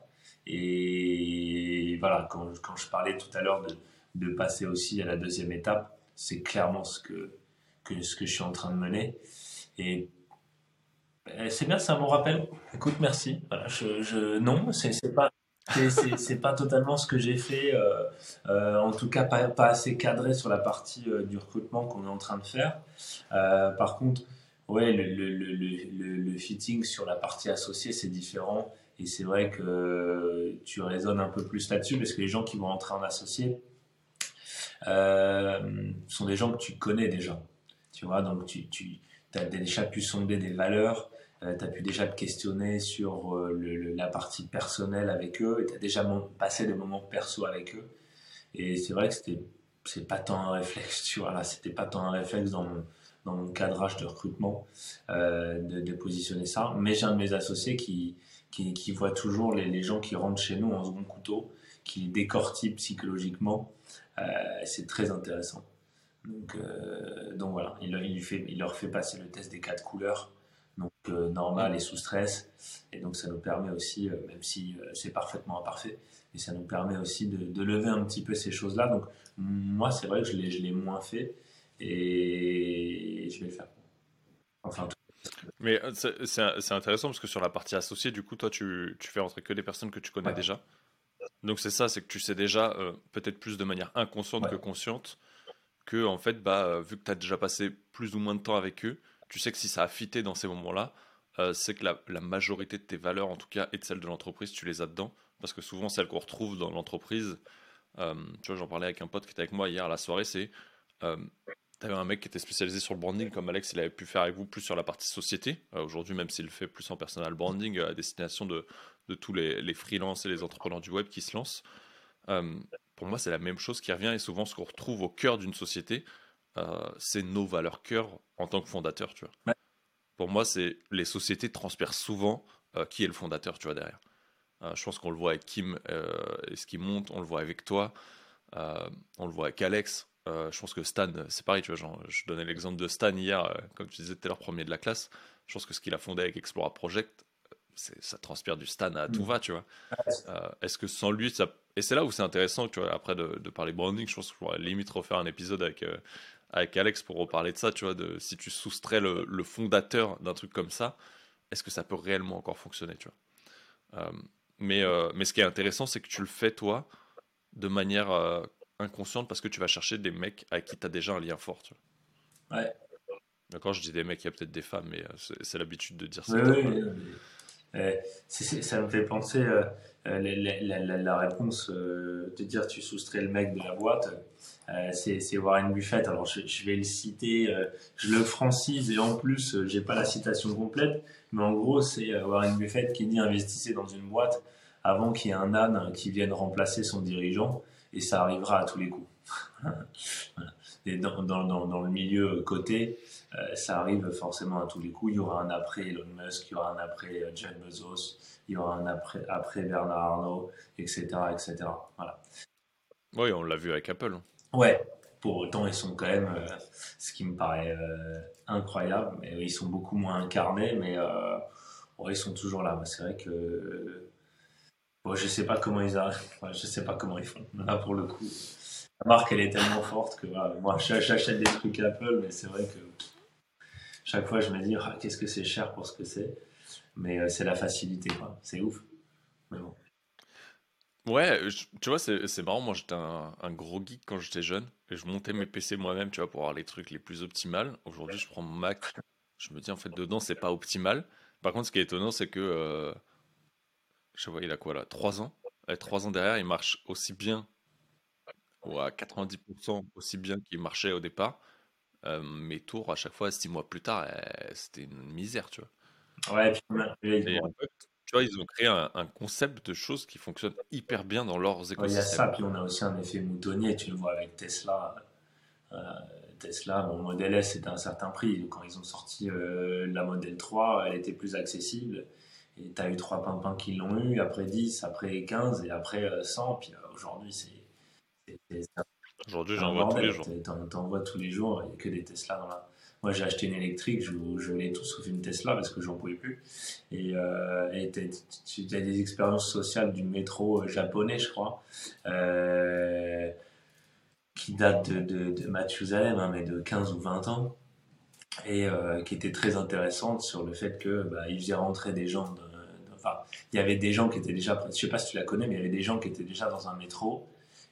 B: Et voilà, quand je parlais tout à l'heure de passer aussi à la deuxième étape, c'est clairement ce que je suis en train de mener. Et c'est bien, c'est un bon rappel. Écoute, merci. Voilà, non, c'est pas, c'est pas totalement ce que j'ai fait. En tout cas, pas assez cadré sur la partie du recrutement qu'on est en train de faire. Par contre, ouais, le fitting sur la partie associée, c'est différent. Et c'est vrai que tu raisonnes un peu plus là-dessus parce que les gens qui vont entrer en associé sont des gens que tu connais déjà. Tu vois, donc tu as déjà pu sonder des valeurs, tu as pu déjà te questionner sur la partie personnelle avec eux, et tu as déjà passé des moments perso avec eux. Et c'est vrai que c'est pas tant un réflexe, tu vois, là, c'était pas tant un réflexe dans mon cadrage de recrutement de positionner ça. Mais j'ai un de mes associés qui voit toujours les gens qui rentrent chez nous en second couteau, qui les décortique psychologiquement. C'est très intéressant. Donc voilà, il leur fait passer le test des quatre couleurs, donc
A: Hmm.
B: normal et sous stress. Et donc ça nous permet aussi, même si c'est parfaitement imparfait, mais ça nous permet aussi de lever un petit peu ces choses-là. Donc moi, c'est vrai que je l'ai moins fait et je vais le faire. Enfin, tout.
A: Mais c'est intéressant parce que sur la partie associée, du coup, toi, tu fais rentrer que des personnes que tu connais
B: Ouais,
A: déjà. Donc c'est ça, c'est que tu sais déjà, peut-être plus de manière inconsciente que
B: ouais.
A: consciente, que en fait, bah, vu que tu as déjà passé plus ou moins de temps avec eux, tu sais que si ça a fité dans ces moments-là, c'est que la majorité de tes valeurs, en tout cas, et de celles de l'entreprise, tu les as dedans. Parce que souvent, celles qu'on retrouve dans l'entreprise, tu vois, j'en parlais avec un pote qui était avec moi hier à la soirée, c'est euh, t'avais un mec qui était spécialisé sur le branding, comme Alex, il avait pu faire avec vous plus sur la partie société. Aujourd'hui, même s'il le fait plus en personal branding, à destination de tous les freelances et les entrepreneurs du web qui se lancent. Euh, pour moi, c'est la même chose qui revient et souvent ce qu'on retrouve au cœur d'une société, c'est nos valeurs cœur en tant que fondateur, tu vois.
B: Ouais.
A: Pour moi, c'est les sociétés transpercent souvent qui est le fondateur, tu vois, derrière. Je pense qu'on le voit avec Kim et ce qui monte, on le voit avec toi, euh, on le voit avec Alex. Je pense que Stan, c'est pareil, tu vois, genre, je donnais l'exemple de Stan hier, comme tu disais tout à l'heure, premier de la classe. Je pense que ce qu'il a fondé avec Explora Project, ça transpire du Stan à tout
B: Mm.
A: va, tu vois. Est-ce que sans lui, ça... Et c'est là où c'est intéressant, tu vois, après de parler branding, je pense que je pourrais limite refaire un épisode avec Alex pour reparler de ça, tu vois, de si tu soustrais le fondateur d'un truc comme ça, est-ce que ça peut réellement encore fonctionner, tu vois. Mais ce qui est intéressant, c'est que tu le fais, toi, de manière inconsciente, parce que tu vas chercher des mecs avec qui tu as déjà un lien fort, tu vois.
B: Ouais.
A: D'accord, je dis des mecs, il y a peut-être des femmes, mais c'est l'habitude de dire ce
B: Oui, oui,
A: terme-là.
B: oui, ça me fait penser la réponse de dire tu soustrais le mec de la boîte, c'est Warren Buffett. Alors je vais le citer, je le francise et en plus j'ai pas la citation complète, mais en gros c'est Warren Buffett qui dit investissez dans une boîte avant qu'il y ait un âne qui vienne remplacer son dirigeant et ça arrivera à tous les coups. Voilà. Et dans le milieu coté, ça arrive forcément à tous les coups. Il y aura un après Elon Musk, il y aura un après Jeff Bezos, il y aura un après Bernard Arnault, etc., etc. Voilà.
A: Oui, on l'a vu avec Apple, hein.
B: Ouais, pour autant, ils sont quand même, ce qui me paraît incroyable, mais ils sont beaucoup moins incarnés, mais ouais, ils sont toujours là. C'est vrai que bon, je sais pas comment ils arrivent, ouais, je sais pas comment ils font. Là, pour le coup, la marque, elle est tellement forte que voilà, moi, j'achète des trucs Apple, mais c'est vrai que chaque fois, je me dis, ah, qu'est-ce que c'est cher pour ce que c'est. Mais c'est la facilité, quoi. C'est ouf. Mais bon.
A: Ouais, tu vois, c'est marrant. Moi, j'étais un gros geek quand j'étais jeune et je montais mes PC moi-même, tu vois, pour avoir les trucs les plus optimales. Aujourd'hui, je prends mon Mac. Je me dis, en fait, dedans, c'est pas optimal. Par contre, ce qui est étonnant, c'est que, je vois, il a quoi là? 3 ans? 3 ans derrière, il marche aussi bien, ou à 90% aussi bien qu'il marchait au départ. Mes tours, à chaque fois, 6 mois plus tard, c'était une misère, tu vois.
B: Ouais, puis,
A: Et
B: bon,
A: en fait, tu vois, ils ont créé un concept de choses qui fonctionnent hyper bien dans leurs
B: ouais, il y a ça,
A: écosystèmes.
B: puis on a aussi un effet moutonnier, tu le vois avec Tesla. Euh, Tesla, mon modèle S c'était un certain prix. Quand ils ont sorti la modèle 3, elle était plus accessible. Et tu as eu trois pimpins qui l'ont eu, après 10, après 15 et après 100. Puis aujourd'hui, c'est
A: Aujourd'hui, j'en
B: un
A: vois tous les
B: bordel.
A: jours.
B: T'en vois tous les jours, il n'y a que des Tesla dans la. Moi, j'ai acheté une électrique, je voulais tout sauf une Tesla parce que j'en pouvais plus. Et tu as des expériences sociales du métro japonais, je crois. Euh, qui date de Mathusalem, hein, mais de 15 ou 20 ans, et qui était très intéressante sur le fait que il faisait rentrer des gens. Enfin, il y avait des gens qui étaient déjà, je sais pas si tu la connais, mais il y avait des gens qui étaient déjà dans un métro,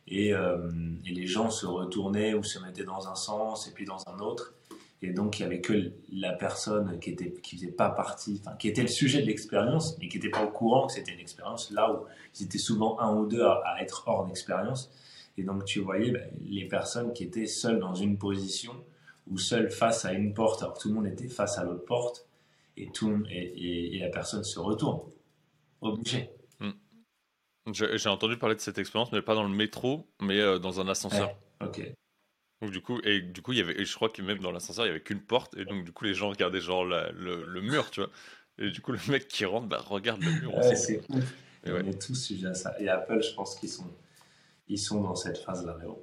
B: et les gens se retournaient ou se mettaient dans un sens et puis dans un autre. Et donc, il y avait que la personne qui faisait pas partie, enfin, qui était le sujet de l'expérience, mais qui n'était pas au courant que c'était une expérience, là où ils étaient souvent un ou deux à être hors d'expérience. Et donc, tu voyais les personnes qui étaient seules dans une position ou seules face à une porte, alors que tout le monde était face à l'autre porte, et la personne se retourne, obligé.
A: Hmm. J'ai entendu parler de cette expérience, mais pas dans le métro, mais dans un
B: Ouais,
A: ascenseur.
B: ok.
A: Donc, du coup, il y avait, et je crois que même dans l'ascenseur, il y avait qu'une porte, et donc du coup, les gens regardaient genre le mur, tu vois. Et du coup, le mec qui rentre, bah, regarde le mur
B: Ouais,
A: aussi, quoi.
B: c'est ouf. Et
A: Et
B: on
A: ouais,
B: est tous sujets à ça. Et Apple, je pense ils sont dans cette phase-là. Mais bon.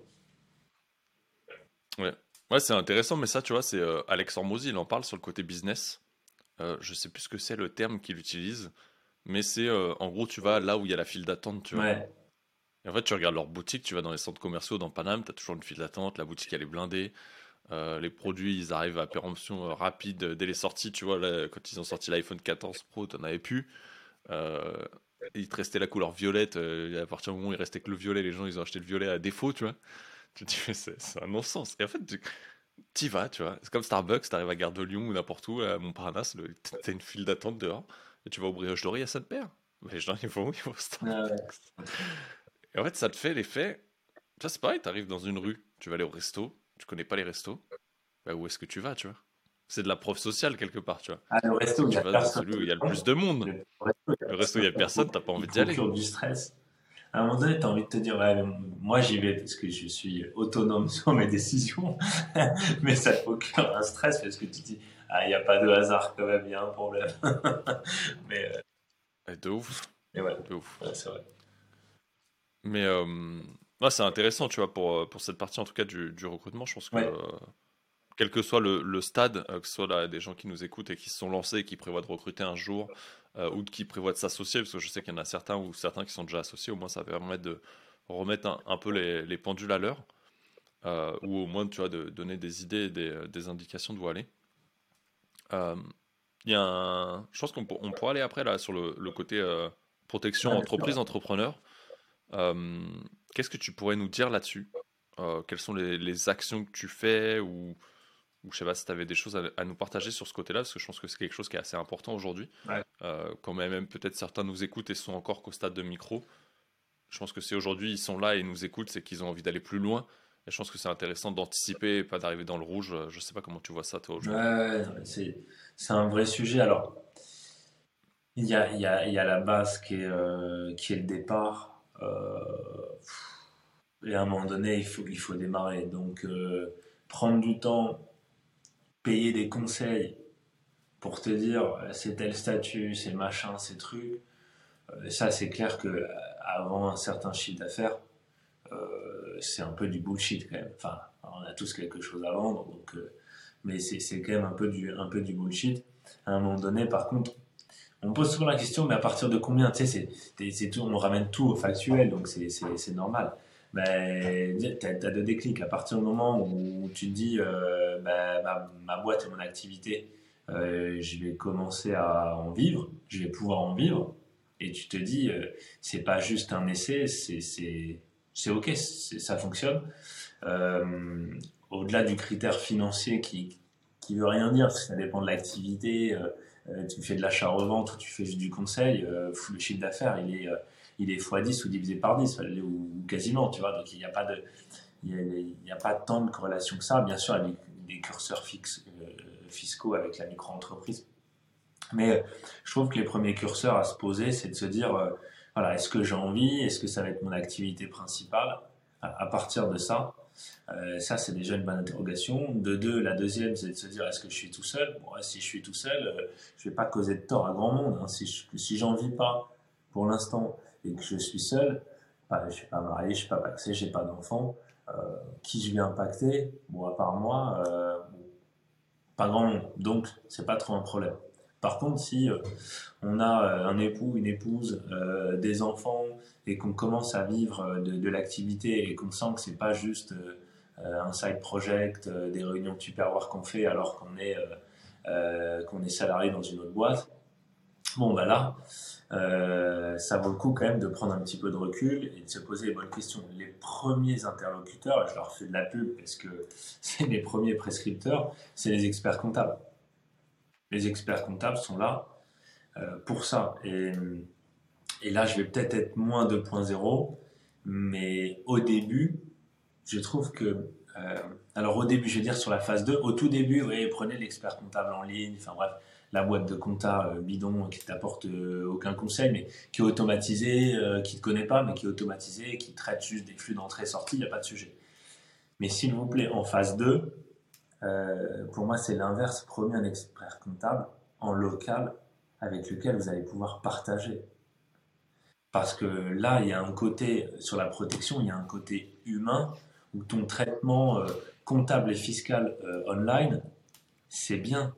A: ouais. Ouais, c'est intéressant, mais ça, tu vois, c'est Alex Hormozy, il en parle sur le côté business. Je sais plus ce que c'est le terme qu'il utilise, mais c'est en gros, tu vas là où il y a la file d'attente, tu vois.
B: Ouais,
A: Et en fait, tu regardes leur boutique, tu vas dans les centres commerciaux dans Paname, tu as toujours une file d'attente, la boutique elle est blindée, les produits ils arrivent à péremption rapide dès les sorties, tu vois, là, quand ils ont sorti l'iPhone 14 Pro, t'en avais plus. Euh, il te restait la couleur violette, à partir du moment où il restait que le violet, les gens ils ont acheté le violet à défaut, tu vois. Tu te dis, mais c'est un non-sens. Et en fait, t'y vas, tu vois. C'est comme Starbucks, t'arrives à Gare de Lyon ou n'importe où, à Montparnasse, t'as une file d'attente dehors, et tu vas au Brioche Dorée à Sainte-Père. Mais les gens ils vont au
B: ah ouais.
A: Starbucks. Et en fait, ça te fait l'effet. Tu vois, c'est pareil, t'arrives dans une rue, tu vas aller au resto, tu connais pas les restos, bah où est-ce que tu vas, tu vois? C'est de la preuve sociale quelque part, tu vois.
B: Ah, le resto,
A: C'est
B: il
A: que
B: n'y
A: tu
B: a
A: vas dans
B: personne.
A: celui où il y a le plus de monde.
B: Le resto, il y a
A: Le resto, il y a
B: personne.
A: personne, t'as pas
B: Il
A: envie d'y aller.
B: procure du stress. À un moment donné, tu as envie de te dire, ouais, moi j'y vais parce que je suis autonome sur mes décisions, mais ça te procure un stress parce que tu te dis, ah, il n'y a pas de hasard quand même, il y a un problème. mais, euh,
A: Et de ouf,
B: mais ouais,
A: de ouf.
B: ouais, c'est vrai.
A: Mais ouais, c'est intéressant, tu vois, pour cette partie en tout cas du recrutement. Je pense que
B: Ouais,
A: quel que soit le stade, que ce soit là, des gens qui nous écoutent et qui se sont lancés et qui prévoient de recruter un jour, ou qui prévoient de s'associer, parce que je sais qu'il y en a certains ou certains qui sont déjà associés, au moins ça va permettre de remettre un peu les pendules à l'heure, ou au moins, tu vois, de donner des idées et des indications de où aller. Euh, il y a je pense on pourra aller après là sur le côté protection
B: ouais, bien sûr.
A: entreprise entrepreneur. Euh, Qu'est-ce que tu pourrais nous dire là-dessus? Quelles sont les actions que tu fais ou je sais pas si tu avais des choses à nous partager sur ce côté-là, parce que je pense que c'est quelque chose qui est assez important aujourd'hui.
B: Ouais.
A: Quand même peut-être certains nous écoutent et sont encore qu'au stade de micro. Je pense que si aujourd'hui ils sont là et nous écoutent, c'est qu'ils ont envie d'aller plus loin. Et je pense que c'est intéressant d'anticiper et pas d'arriver dans le rouge. Je sais pas comment tu vois ça toi
B: Ouais,
A: aujourd'hui.
B: ouais, non, mais c'est un vrai sujet. Alors, il y a la base qui est le départ. Et à un moment donné, il faut démarrer. Donc, prendre du temps, payer des conseils pour te dire c'est tel statut, c'est machin, c'est truc. Ça, c'est clair que avant un certain chiffre d'affaires, c'est un peu du bullshit quand même. Enfin, on a tous quelque chose à vendre, donc, mais c'est quand même un peu du bullshit. À un moment donné, par contre, on me pose souvent la question, mais à partir de combien? Tu sais, c'est tout, on ramène tout au factuel, donc c'est normal. Mais t'as deux déclics. À partir du moment où tu te dis, ma boîte et mon activité, je vais commencer à en vivre, je vais pouvoir en vivre. Et tu te dis, c'est pas juste un essai, c'est ok, ça fonctionne. Euh, Au-delà du critère financier qui veut rien dire, parce que ça dépend de l'activité. Tu fais de l'achat-revente ou tu fais juste du conseil, le chiffre d'affaires, il est x10 ou divisé par 10, ou quasiment, tu vois. Donc il n'y a pas de, il y a pas tant de corrélation que ça. Bien sûr, il y a des curseurs fiscaux avec la micro-entreprise. Mais je trouve que les premiers curseurs à se poser, c'est de se dire, voilà, est-ce que j'ai envie? Est-ce que ça va être mon activité principale? À partir de ça, ça, c'est déjà une bonne interrogation. De deux, la deuxième, c'est de se dire, est-ce que je suis tout seul? Bon, ouais, si je suis tout seul, je vais pas causer de tort à grand monde, hein. Si j'en vis pas pour l'instant et que je suis seul, bah, je suis pas marié, je suis pas paxé, j'ai pas d'enfant, euh, qui je vais impacter? Bon, à part moi, pas grand monde. Donc, c'est pas trop un problème. Par contre, si on a un époux, une épouse, des enfants, et qu'on commence à vivre de l'activité et qu'on sent que c'est pas juste un side project, des réunions de superwork qu'on fait alors qu'on est salarié dans une autre boîte, bon bah là, ça vaut le coup quand même de prendre un petit peu de recul et de se poser les bonnes questions. Les premiers interlocuteurs, je leur fais de la pub parce que c'est mes premiers prescripteurs, c'est les experts comptables. Les experts comptables sont là pour ça. Et là, je vais peut-être être moins 2.0, mais au début, je trouve que. Alors, au début, je vais dire sur la phase 2, au tout début, oui, prenez l'expert comptable en ligne, enfin bref, la boîte de compta bidon qui t'apporte aucun conseil, mais qui est automatisée, qui ne te connaît pas, mais qui est automatisée, qui traite juste des flux d'entrée-sortie, il n'y a pas de sujet. Mais s'il vous plaît, en phase 2, pour moi, c'est l'inverse. Prenez un expert comptable en local avec lequel vous allez pouvoir partager. Parce que là, il y a un côté, sur la protection, il y a un côté humain où ton traitement comptable et fiscal online, c'est bien.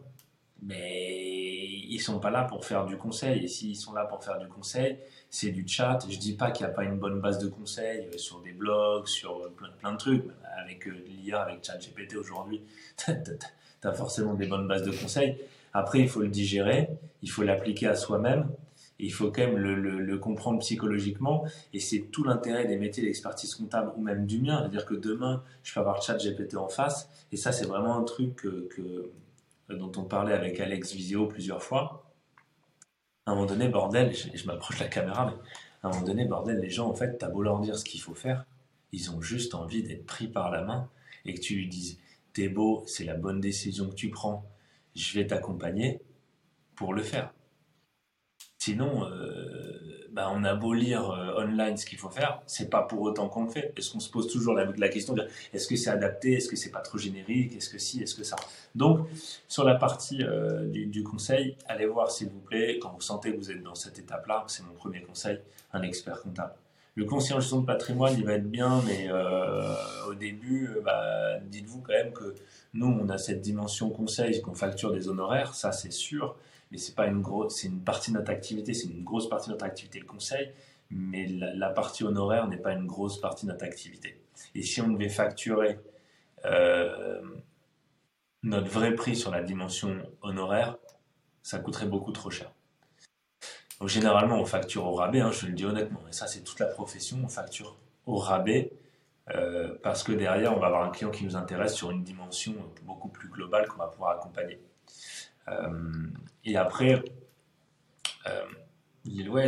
B: Mais ils sont pas là pour faire du conseil. Et s'ils sont là pour faire du conseil, c'est du chat. Je dis pas qu'il n'y a pas une bonne base de conseils sur des blogs, sur plein de trucs. Avec l'IA, avec ChatGPT aujourd'hui, tu as forcément des bonnes bases de conseils. Après, il faut le digérer, il faut l'appliquer à soi-même. Et il faut quand même le comprendre psychologiquement. Et c'est tout l'intérêt des métiers d'expertise comptable ou même du mien. C'est-à-dire que demain, je peux avoir ChatGPT en face. Et ça, c'est vraiment un truc dont on parlait avec Alex Visio plusieurs fois. À un moment donné, bordel, je m'approche de la caméra, mais à un moment donné, bordel, les gens, en fait, t'as beau leur dire ce qu'il faut faire, ils ont juste envie d'être pris par la main et que tu lui dises, t'es beau, c'est la bonne décision que tu prends, je vais t'accompagner pour le faire. Sinon, bah, on a beau lire online ce qu'il faut faire, c'est pas pour autant qu'on le fait. Est-ce qu'on se pose toujours la question de est-ce que c'est adapté, est-ce que c'est pas trop générique, est-ce que si, est-ce que ça. Donc, sur la partie du conseil, allez voir s'il vous plaît, quand vous sentez que vous êtes dans cette étape-là, c'est mon premier conseil, un expert comptable. Le conseiller en gestion de patrimoine, il va être bien, mais au début, bah, dites-vous quand même que nous, on a cette dimension conseil, qu'on facture des honoraires, ça c'est sûr, mais c'est pas c'est une partie de notre activité, c'est une grosse partie de notre activité le conseil, mais la partie honoraire n'est pas une grosse partie de notre activité. Et si on devait facturer euh, notre vrai prix sur la dimension honoraire, ça coûterait beaucoup trop cher. Donc généralement, on facture au rabais, hein, je le dis honnêtement, et ça c'est toute la profession, on facture au rabais parce que derrière, on va avoir un client qui nous intéresse sur une dimension beaucoup plus globale qu'on va pouvoir accompagner. Euh, et après, euh, ouais,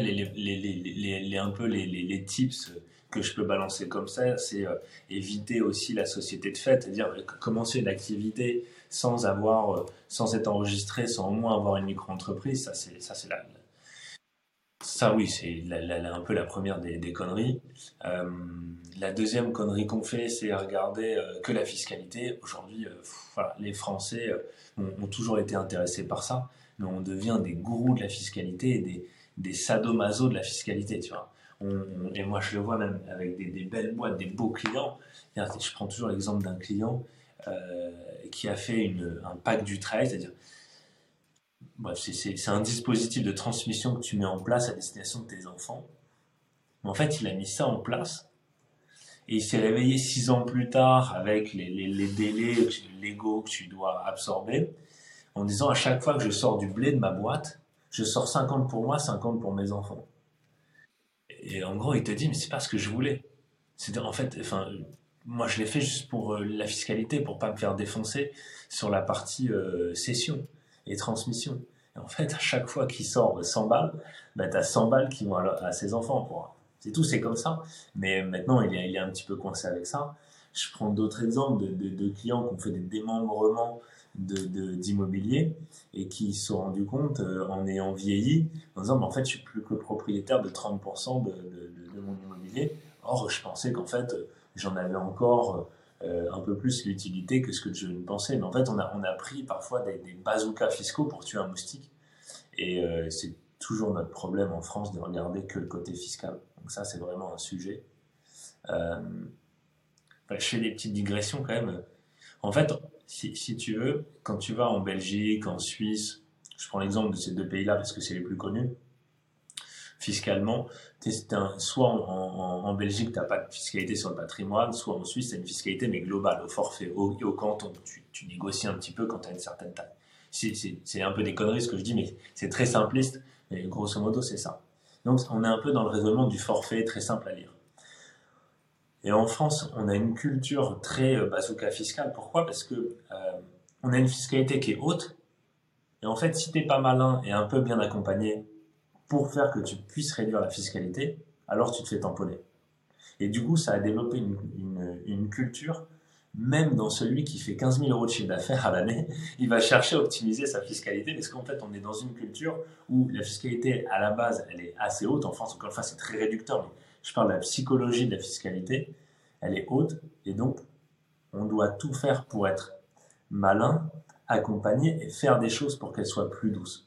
B: un peu les tips que je peux balancer comme ça, c'est éviter aussi la société de fête, c'est-à-dire commencer une activité sans être enregistré, sans au moins avoir une micro-entreprise, ça c'est ça oui, c'est un peu la première des conneries. Euh, la deuxième connerie qu'on fait, c'est regarder que la fiscalité. Aujourd'hui, voilà, les Français ont toujours été intéressés par ça, mais on devient des gourous de la fiscalité et des sadomaso de la fiscalité, tu vois. Et moi, je le vois même avec des belles boîtes, des beaux clients. Je prends toujours l'exemple d'un client qui a fait un pack du trade, c'est-à-dire bref, c'est un dispositif de transmission que tu mets en place à destination de tes enfants. Mais en fait, il a mis ça en place et il s'est réveillé 6 ans plus tard avec les délais légaux que tu dois absorber en disant à chaque fois que je sors du blé de ma boîte, je sors 50 pour moi, 50 pour mes enfants. Et en gros, il te dit, mais c'est pas ce que je voulais. C'est en fait, enfin, moi je l'ai fait juste pour la fiscalité, pour pas me faire défoncer sur la partie cession et transmission. Et en fait, à chaque fois qu'il sort 100 balles, bah, tu as 100 balles qui vont à ses enfants. Quoi. C'est tout, c'est comme ça. Mais maintenant, il est un petit peu coincé avec ça. Je prends d'autres exemples de clients qui ont fait des démembrements d'immobilier et qui se sont rendus compte en ayant vieilli, en disant bah, en fait je suis plus que propriétaire de 30% de mon immobilier. Or je pensais qu'en fait j'en avais encore un peu plus l'utilité que ce que je ne pensais. Mais en fait on a pris parfois des bazookas fiscaux pour tuer un moustique et c'est toujours notre problème en France de regarder que le côté fiscal. Donc ça c'est vraiment un sujet. Euh, je fais des petites digressions quand même. En fait, si tu veux, quand tu vas en Belgique, en Suisse, je prends l'exemple de ces deux pays-là parce que c'est les plus connus, fiscalement, soit en Belgique, tu n'as pas de fiscalité sur le patrimoine, soit en Suisse, tu as une fiscalité mais globale, au forfait, au canton. Tu négocies un petit peu quand tu as une certaine taille. C'est un peu des conneries ce que je dis, mais c'est très simpliste, mais grosso modo, c'est ça. Donc, on est un peu dans le raisonnement du forfait, très simple à lire. Et en France, on a une culture très bazooka fiscale. Pourquoi? Parce que on a une fiscalité qui est haute. Et en fait, si t'es pas malin et un peu bien accompagné pour faire que tu puisses réduire la fiscalité, alors tu te fais tamponner. Et du coup, ça a développé une culture, même dans celui qui fait 15 000 euros de chiffre d'affaires à l'année, il va chercher à optimiser sa fiscalité parce qu'en fait, on est dans une culture où la fiscalité, à la base, elle est assez haute. En France, encore une fois, c'est très réducteur, mais je parle de la psychologie de la fiscalité. Elle est haute et donc, on doit tout faire pour être malin, accompagné et faire des choses pour qu'elle soit plus douce.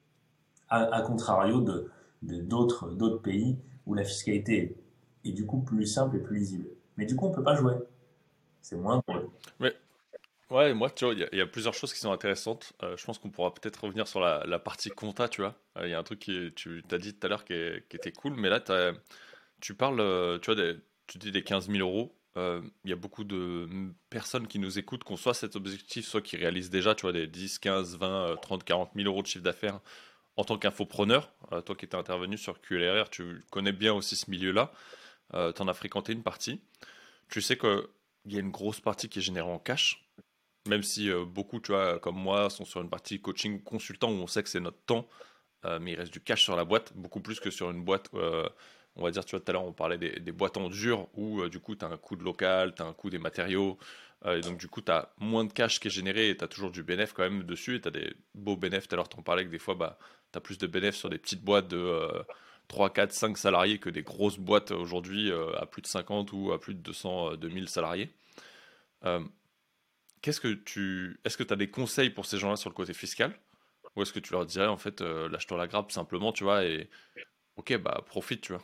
B: À contrario d'autres pays où la fiscalité est du coup plus simple et plus lisible. Mais du coup, on peut pas jouer. C'est moins drôle.
A: Mais ouais, moi, tu vois, il y a plusieurs choses qui sont intéressantes. Je pense qu'on pourra peut-être revenir sur la partie compta, tu vois. Il y a un truc qui, tu t'as dit tout à l'heure qui était cool, mais là, tu parles, tu vois, tu dis des 15 000 euros. Il y a beaucoup de personnes qui nous écoutent, qu'on soit cet objectif, soit qui réalisent déjà, tu vois, des 10, 15, 20, 30, 40 000 euros de chiffre d'affaires en tant qu'infopreneur. Toi qui étais intervenu sur QLRR, tu connais bien aussi ce milieu-là. Tu en as fréquenté une partie. Tu sais qu'il y a une grosse partie qui est générée en cash, même si beaucoup, tu vois, comme moi, sont sur une partie coaching consultant où on sait que c'est notre temps, mais il reste du cash sur la boîte, beaucoup plus que sur une boîte. On va dire, tu vois, tout à l'heure, on parlait des boîtes en dur où du coup, tu as un coût de local, tu as un coût des matériaux, et donc du coup, tu as moins de cash qui est généré et tu as toujours du bénéf quand même dessus, et tu as des beaux bénéfices. Tout à l'heure, tu en parlais que des fois, bah, tu as plus de bénéfices sur des petites boîtes de 3, 4, 5 salariés que des grosses boîtes aujourd'hui à plus de 50 ou à plus de 200, 2000 salariés. Euh, est-ce que tu as des conseils pour ces gens-là sur le côté fiscal? Ou est-ce que tu leur dirais, en fait, lâche-toi la grappe simplement, tu vois, et ok, bah profite, tu vois.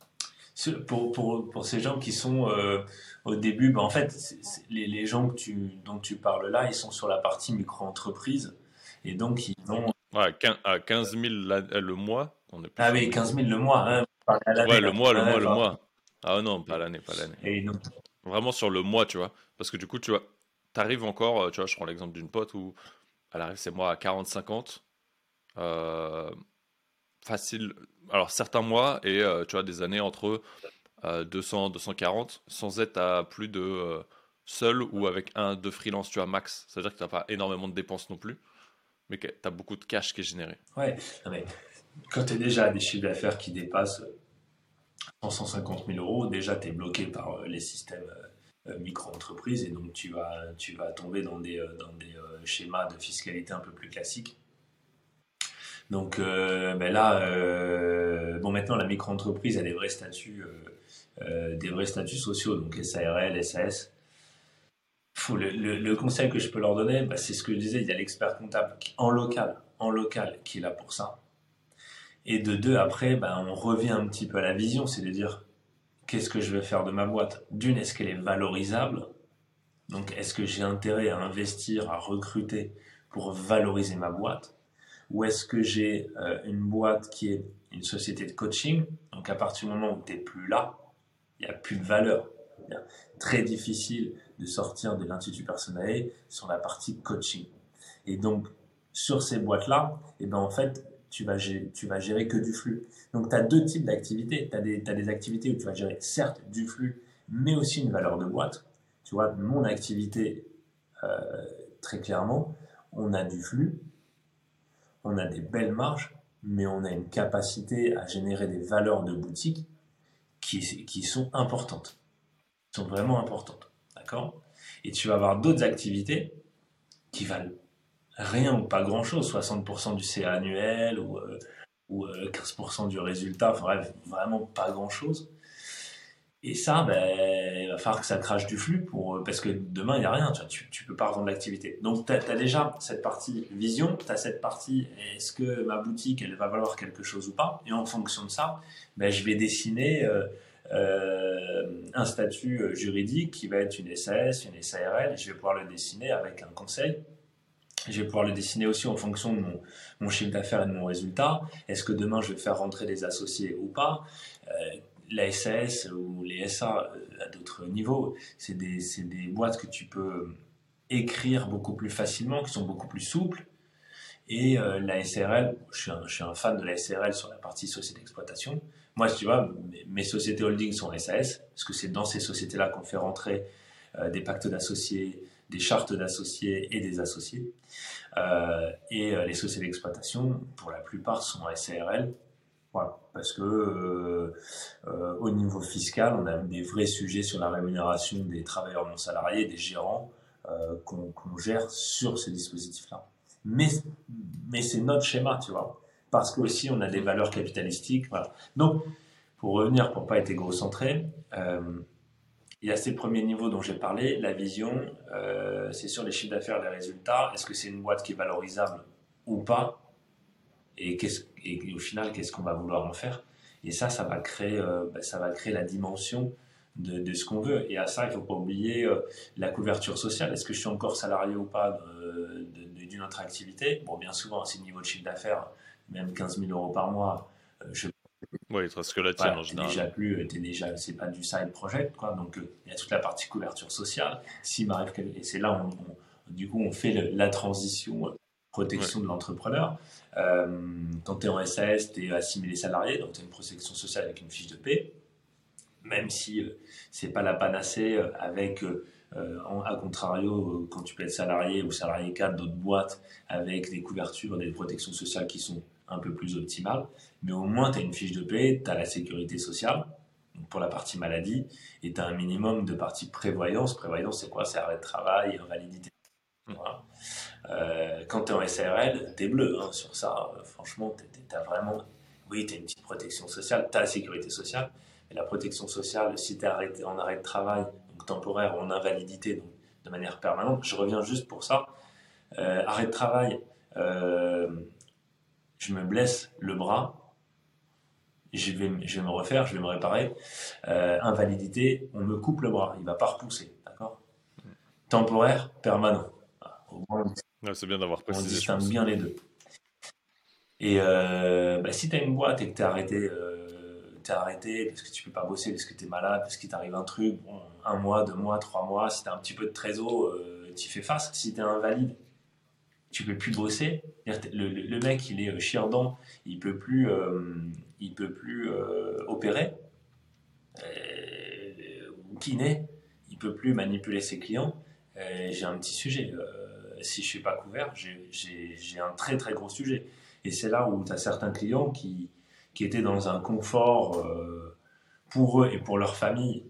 B: Pour ces gens qui sont au début, bah, en fait, les gens dont tu parles là, ils sont sur la partie micro-entreprise. Et donc, ils ont.
A: Ouais, à 15 000 le mois, on est plus
B: Ah
A: sur
B: oui,
A: du.
B: 15 000 le mois, hein, vous parlez à l'année
A: Ouais, le
B: là.
A: mois, le
B: Ouais,
A: mois, le
B: d'accord.
A: mois. Ah non, pas l'année, pas l'année.
B: Et donc,
A: Vraiment sur le mois, tu vois. Parce que du coup, tu vois, t'arrives encore, tu vois, je prends l'exemple d'une pote où elle arrive, c'est moi, à 40-50. euh, Facile. Alors, certains mois et tu vois, des années entre 200, 240, sans être à plus de seul ou avec un, deux freelance, tu vois, max. C'est-à-dire que t'as pas énormément de dépenses non plus, mais que t'as beaucoup de cash qui est généré.
B: ouais, non, mais quand tu es déjà à des chiffres d'affaires qui dépassent 150 000 euros, déjà tu es bloqué par les systèmes micro-entreprises et donc tu vas tomber dans des schémas de fiscalité un peu plus classiques. Donc ben là, bon maintenant la micro-entreprise a des vrais statuts sociaux, donc SARL, SAS. Le conseil que je peux leur donner, bah, c'est ce que je disais, il y a l'expert comptable en local qui est là pour ça. Et de deux, après, bah, on revient un petit peu à la vision, c'est de dire qu'est-ce que je vais faire de ma boîte? D'une, est-ce qu'elle est valorisable? Donc est-ce que j'ai intérêt à investir, à recruter pour valoriser ma boîte? Ou est-ce que j'ai une boîte qui est une société de coaching? Donc à partir du moment où tu n'es plus là, il n'y a plus de valeur. C'est très difficile de sortir de l'Institut Personnel sur la partie coaching. Et donc, sur ces boîtes-là, et ben en fait, tu vas gérer que du flux. Donc, tu as deux types d'activités. Tu as des activités où tu vas gérer certes du flux, mais aussi une valeur de boîte. Tu vois, mon activité, très clairement, on a du flux, on a des belles marges, mais on a une capacité à générer des valeurs de boutique qui sont importantes, qui sont vraiment importantes. D'accord? Et tu vas avoir d'autres activités qui valent rien ou pas grand-chose, 60% du CA annuel ou 15% du résultat, bref, vraiment pas grand-chose. Et ça, ben, il va falloir que ça crache du flux parce que demain, il n'y a rien, tu peux pas revendre l'activité. Donc, tu as déjà cette partie vision, tu as cette partie est-ce que ma boutique, elle va valoir quelque chose ou pas. Et en fonction de ça, ben, je vais dessiner un statut juridique qui va être une SAS, une SARL, et je vais pouvoir le dessiner avec un conseil. Je vais pouvoir le dessiner aussi en fonction de mon chiffre d'affaires et de mon résultat. Est-ce que demain, je vais faire rentrer des associés ou pas la SAS ou les SA à d'autres niveaux, c'est des boîtes que tu peux écrire beaucoup plus facilement, qui sont beaucoup plus souples. Et la SRL, je suis un fan de la SRL sur la partie société d'exploitation. Moi, tu vois, mes sociétés holding sont SAS, parce que c'est dans ces sociétés-là qu'on fait rentrer des pactes d'associés, des chartes d'associés et des associés. Les sociétés d'exploitation, pour la plupart, sont SARL. Voilà, parce que au niveau fiscal, on a des vrais sujets sur la rémunération des travailleurs non salariés, des gérants qu'on gère sur ces dispositifs-là. Mais, mais c'est notre schéma, tu vois, parce qu'aussi on a des valeurs capitalistiques. Voilà. Donc, pour revenir, pour pas être égocentré, il y a ces premiers niveaux dont j'ai parlé. La vision, c'est sur les chiffres d'affaires, les résultats. Est-ce que c'est une boîte qui est valorisable ou pas? Et au final, qu'est-ce qu'on va vouloir en faire? Et ça va créer la dimension de ce qu'on veut. Et à ça, il ne faut pas oublier la couverture sociale. Est-ce que je suis encore salarié ou pas d'une autre activité? Bon, bien souvent, à ces niveaux de chiffre d'affaires, même 15 000 euros par mois,
A: Oui, il te reste que la tienne
B: voilà,
A: en général.
B: c'est pas du side project, quoi. Donc, il y a toute la partie couverture sociale. Et c'est là où du coup, on fait la transition protection de l'entrepreneur. Quand tu es en SAS, tu es assimilé salarié, donc tu as une protection sociale avec une fiche de paie, même si c'est pas la panacée à contrario, quand tu peux être salarié ou salarié cadre d'autres boîtes avec des couvertures, des protections sociales qui sont un peu plus optimales, mais au moins tu as une fiche de paie, tu as la sécurité sociale, donc pour la partie maladie, et tu as un minimum de partie prévoyance. Prévoyance, c'est quoi? C'est arrêt de travail, invalidité. Voilà. Quand tu es en SARL, tu es bleu hein, sur ça. Franchement, tu as vraiment. Oui, tu as une petite protection sociale, tu as la sécurité sociale. Mais la protection sociale, si tu es en arrêt de travail, donc temporaire ou en invalidité, donc de manière permanente, je reviens juste pour ça. Arrêt de travail, je me blesse le bras, je vais me refaire, je vais me réparer. Invalidité, on me coupe le bras, il ne va pas repousser. D'accord? Temporaire, permanent. Au moins,
A: Ouais, c'est bien d'avoir
B: on
A: précisé, je
B: distingue
A: pense.
B: bien les deux. Et si tu as une boîte et que tu es arrêté parce que tu peux pas bosser, parce que tu es malade, parce qu'il t'arrive un truc, bon, un mois, 2 mois, 3 mois, si tu as un petit peu de trésor, tu fais face. Si tu es invalide, tu peux plus bosser. Le mec, il est chierdant, il peut plus opérer, ou kiné, il peut plus manipuler ses clients. J'ai un petit sujet. Si je suis pas couvert, j'ai un très très gros sujet. Et c'est là où tu as certains clients qui étaient dans un confort pour eux et pour leur famille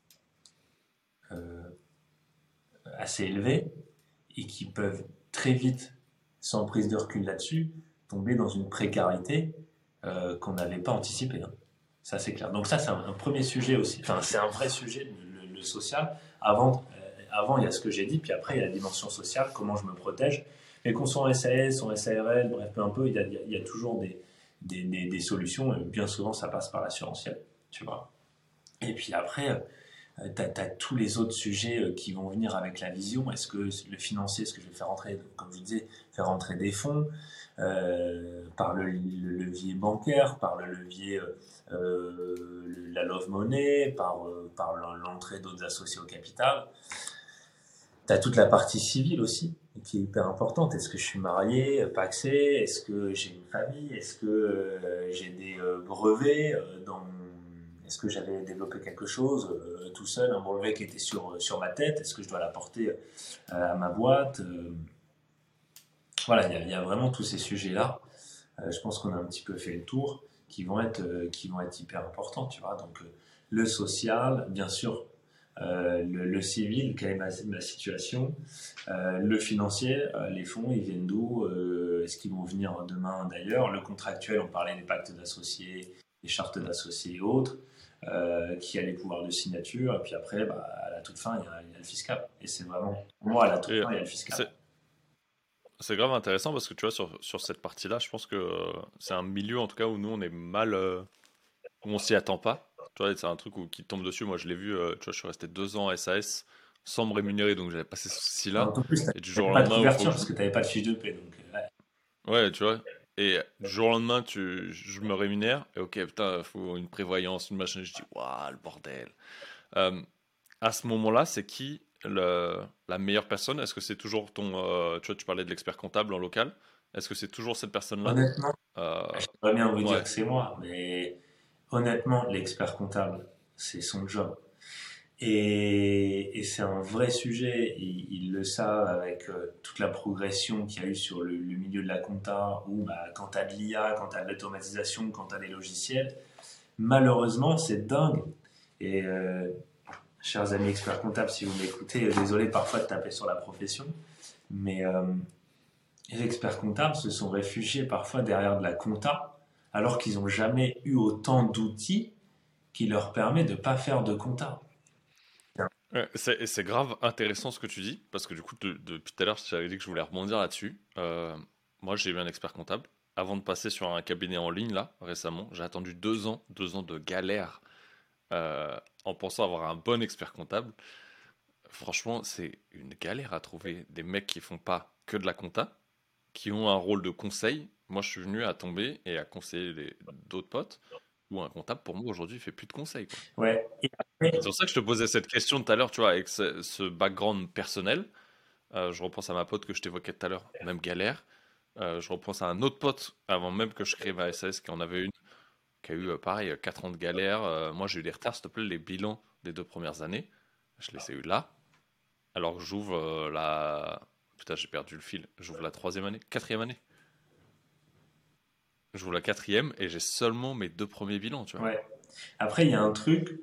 B: euh, assez élevé et qui peuvent très vite, sans prise de recul là-dessus, tomber dans une précarité qu'on n'avait pas anticipée. Hein. Ça, c'est clair. Donc ça, c'est un premier sujet aussi. Enfin, c'est un vrai sujet, le social. Avant, il y a ce que j'ai dit, puis après, il y a la dimension sociale, comment je me protège. Mais qu'on soit en SAS, en SARL, bref, peu un peu, il y a toujours des solutions. Et bien souvent, ça passe par l'assurantiel, tu vois. Et puis après, tu as tous les autres sujets qui vont venir avec la vision. Est-ce que le financier, est-ce que je vais faire rentrer, comme je disais, faire rentrer des fonds par le levier bancaire, par le levier la love money, par l'entrée d'autres associés au capital. Tu as toute la partie civile aussi, qui est hyper importante. Est-ce que je suis marié, pacsé? Est-ce que j'ai une famille? Est-ce que j'ai des brevets Est-ce que j'avais développé quelque chose tout seul, un brevet qui était sur ma tête? Est-ce que je dois l'apporter à ma boîte? Voilà, il y a vraiment tous ces sujets-là. Je pense qu'on a un petit peu fait le tour, qui vont être hyper importants, tu vois. Donc, le social, bien sûr, le civil, quelle est ma situation, le financier, les fonds, ils viennent d'où, est-ce qu'ils vont venir demain d'ailleurs, le contractuel, on parlait des pactes d'associés, des chartes d'associés et autres, qui a les pouvoirs de signature, et puis après, bah, à la toute fin, il y a le fiscal. Et c'est vraiment, pour moi, à la toute
A: Et
B: fin, il y a le fiscal.
A: c'est c'est grave intéressant parce que tu vois, sur cette partie-là, je pense que c'est un milieu en tout cas où nous on est mal, où on s'y attend pas. Tu vois, c'est un truc qui tombe dessus. Moi, je l'ai vu, tu vois, je suis resté 2 ans à SAS sans me rémunérer, donc j'avais pas ces soucis-là.
B: En plus, tu
A: Et du jour au
B: n'avais pas de
A: lendemain, il faut
B: couverture
A: que
B: parce que tu n'avais pas de fiche de paie. Donc,
A: ouais, tu vois. Et du jour au lendemain, je me rémunère. Et ok, putain, il faut une prévoyance, une machin. Je dis, waouh, le bordel. Euh, à ce moment-là, c'est qui la meilleure personne? Est-ce que c'est toujours tu vois, tu parlais de l'expert comptable en local. Est-ce que c'est toujours cette personne-là?
B: honnêtement,
A: Euh,
B: j'aimerais bien vous dire
A: ouais.
B: que c'est moi, mais honnêtement, l'expert comptable, c'est son job. Et c'est un vrai sujet. Ils le savent avec toute la progression qu'il y a eu sur le milieu de la compta, où bah, quand tu as de l'IA, quand tu as de l'automatisation, quand tu as des logiciels, malheureusement, c'est dingue. Et chers amis experts comptables, si vous m'écoutez, désolé parfois de taper sur la profession, mais les experts comptables se sont réfugiés parfois derrière de la compta, alors qu'ils n'ont jamais eu autant d'outils qui leur permet de ne pas faire de compta.
A: Ouais, c'est grave intéressant ce que tu dis, parce que du coup, depuis tout à l'heure, je t'avais dit que je voulais rebondir là-dessus. Moi, j'ai eu un expert comptable. Avant de passer sur un cabinet en ligne, là, récemment, j'ai attendu 2 ans de galère en pensant avoir un bon expert comptable. Franchement, c'est une galère à trouver des mecs qui font pas que de la compta, qui ont un rôle de conseil. Moi, je suis venu à tomber et à conseiller d'autres potes, où un comptable, pour moi, aujourd'hui, il fait plus de conseils, quoi.
B: Ouais. Et après,
A: C'est pour ça que je te posais cette question tout à l'heure, tu vois, avec ce background personnel. Je repense à ma pote que je t'évoquais tout à l'heure, même galère. Je repense à un autre pote, avant même que je crée ma SAS, qui en avait une, qui a eu, pareil, 4 ans de galère. Moi, j'ai eu des retards, s'il te plaît, les bilans des 2 premières années. Je les ai eu là, alors que j'ouvre la... Putain, j'ai perdu le fil. J'ouvre la 3e année, 4e année. J'ouvre la 4e et j'ai seulement mes 2 premiers bilans, tu vois.
B: ouais. Après, il y a un truc,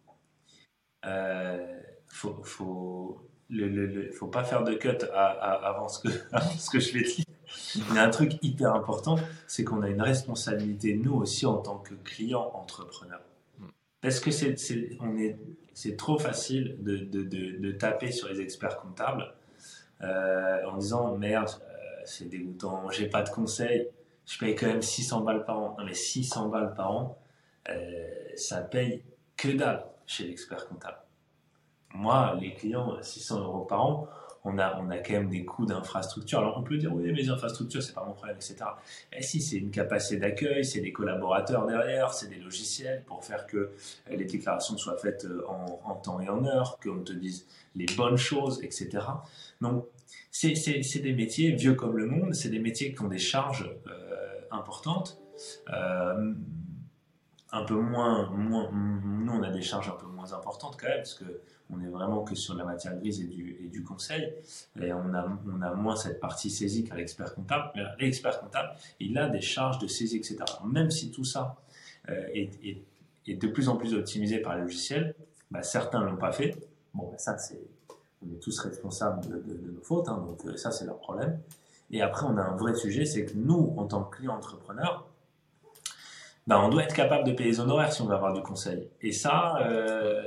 B: faut pas faire de cut avant avant ce que je vais dire. Il y a un truc hyper important, c'est qu'on a une responsabilité, nous aussi, en tant que clients entrepreneurs.
A: Mm.
B: Parce que c'est trop facile de taper sur les experts comptables en disant merde, c'est dégoûtant, j'ai pas de conseils, je paye quand même 600 balles par an. Non, mais 600 balles par an, ça paye que dalle chez l'expert comptable. Moi, les clients, 600 euros par an, on a quand même des coûts d'infrastructure. Alors on peut dire, oui, mais les infrastructures, c'est pas mon problème, etc. Et si, c'est une capacité d'accueil, c'est des collaborateurs derrière, c'est des logiciels pour faire que les déclarations soient faites en temps et en heure, qu'on te dise les bonnes choses, etc. Donc, c'est des métiers vieux comme le monde, c'est des métiers qui ont des charges importantes. Euh, un peu nous on a des charges un peu moins importantes quand même, parce que on est vraiment que sur la matière grise et du conseil, et on a moins cette partie saisie qu'un expert comptable. Mais l'expert comptable, il a des charges de saisie, etc. Même si tout ça est de plus en plus optimisé par les logiciels, bah, certains ne l'ont pas fait. Bon, bah, ça, on est tous responsables de nos fautes, hein, donc ça, c'est leur problème. Et après, on a un vrai sujet, c'est que nous, en tant que clients entrepreneurs, ben, on doit être capable de payer les honoraires si on veut avoir du conseil. Et ça,
A: Ouais.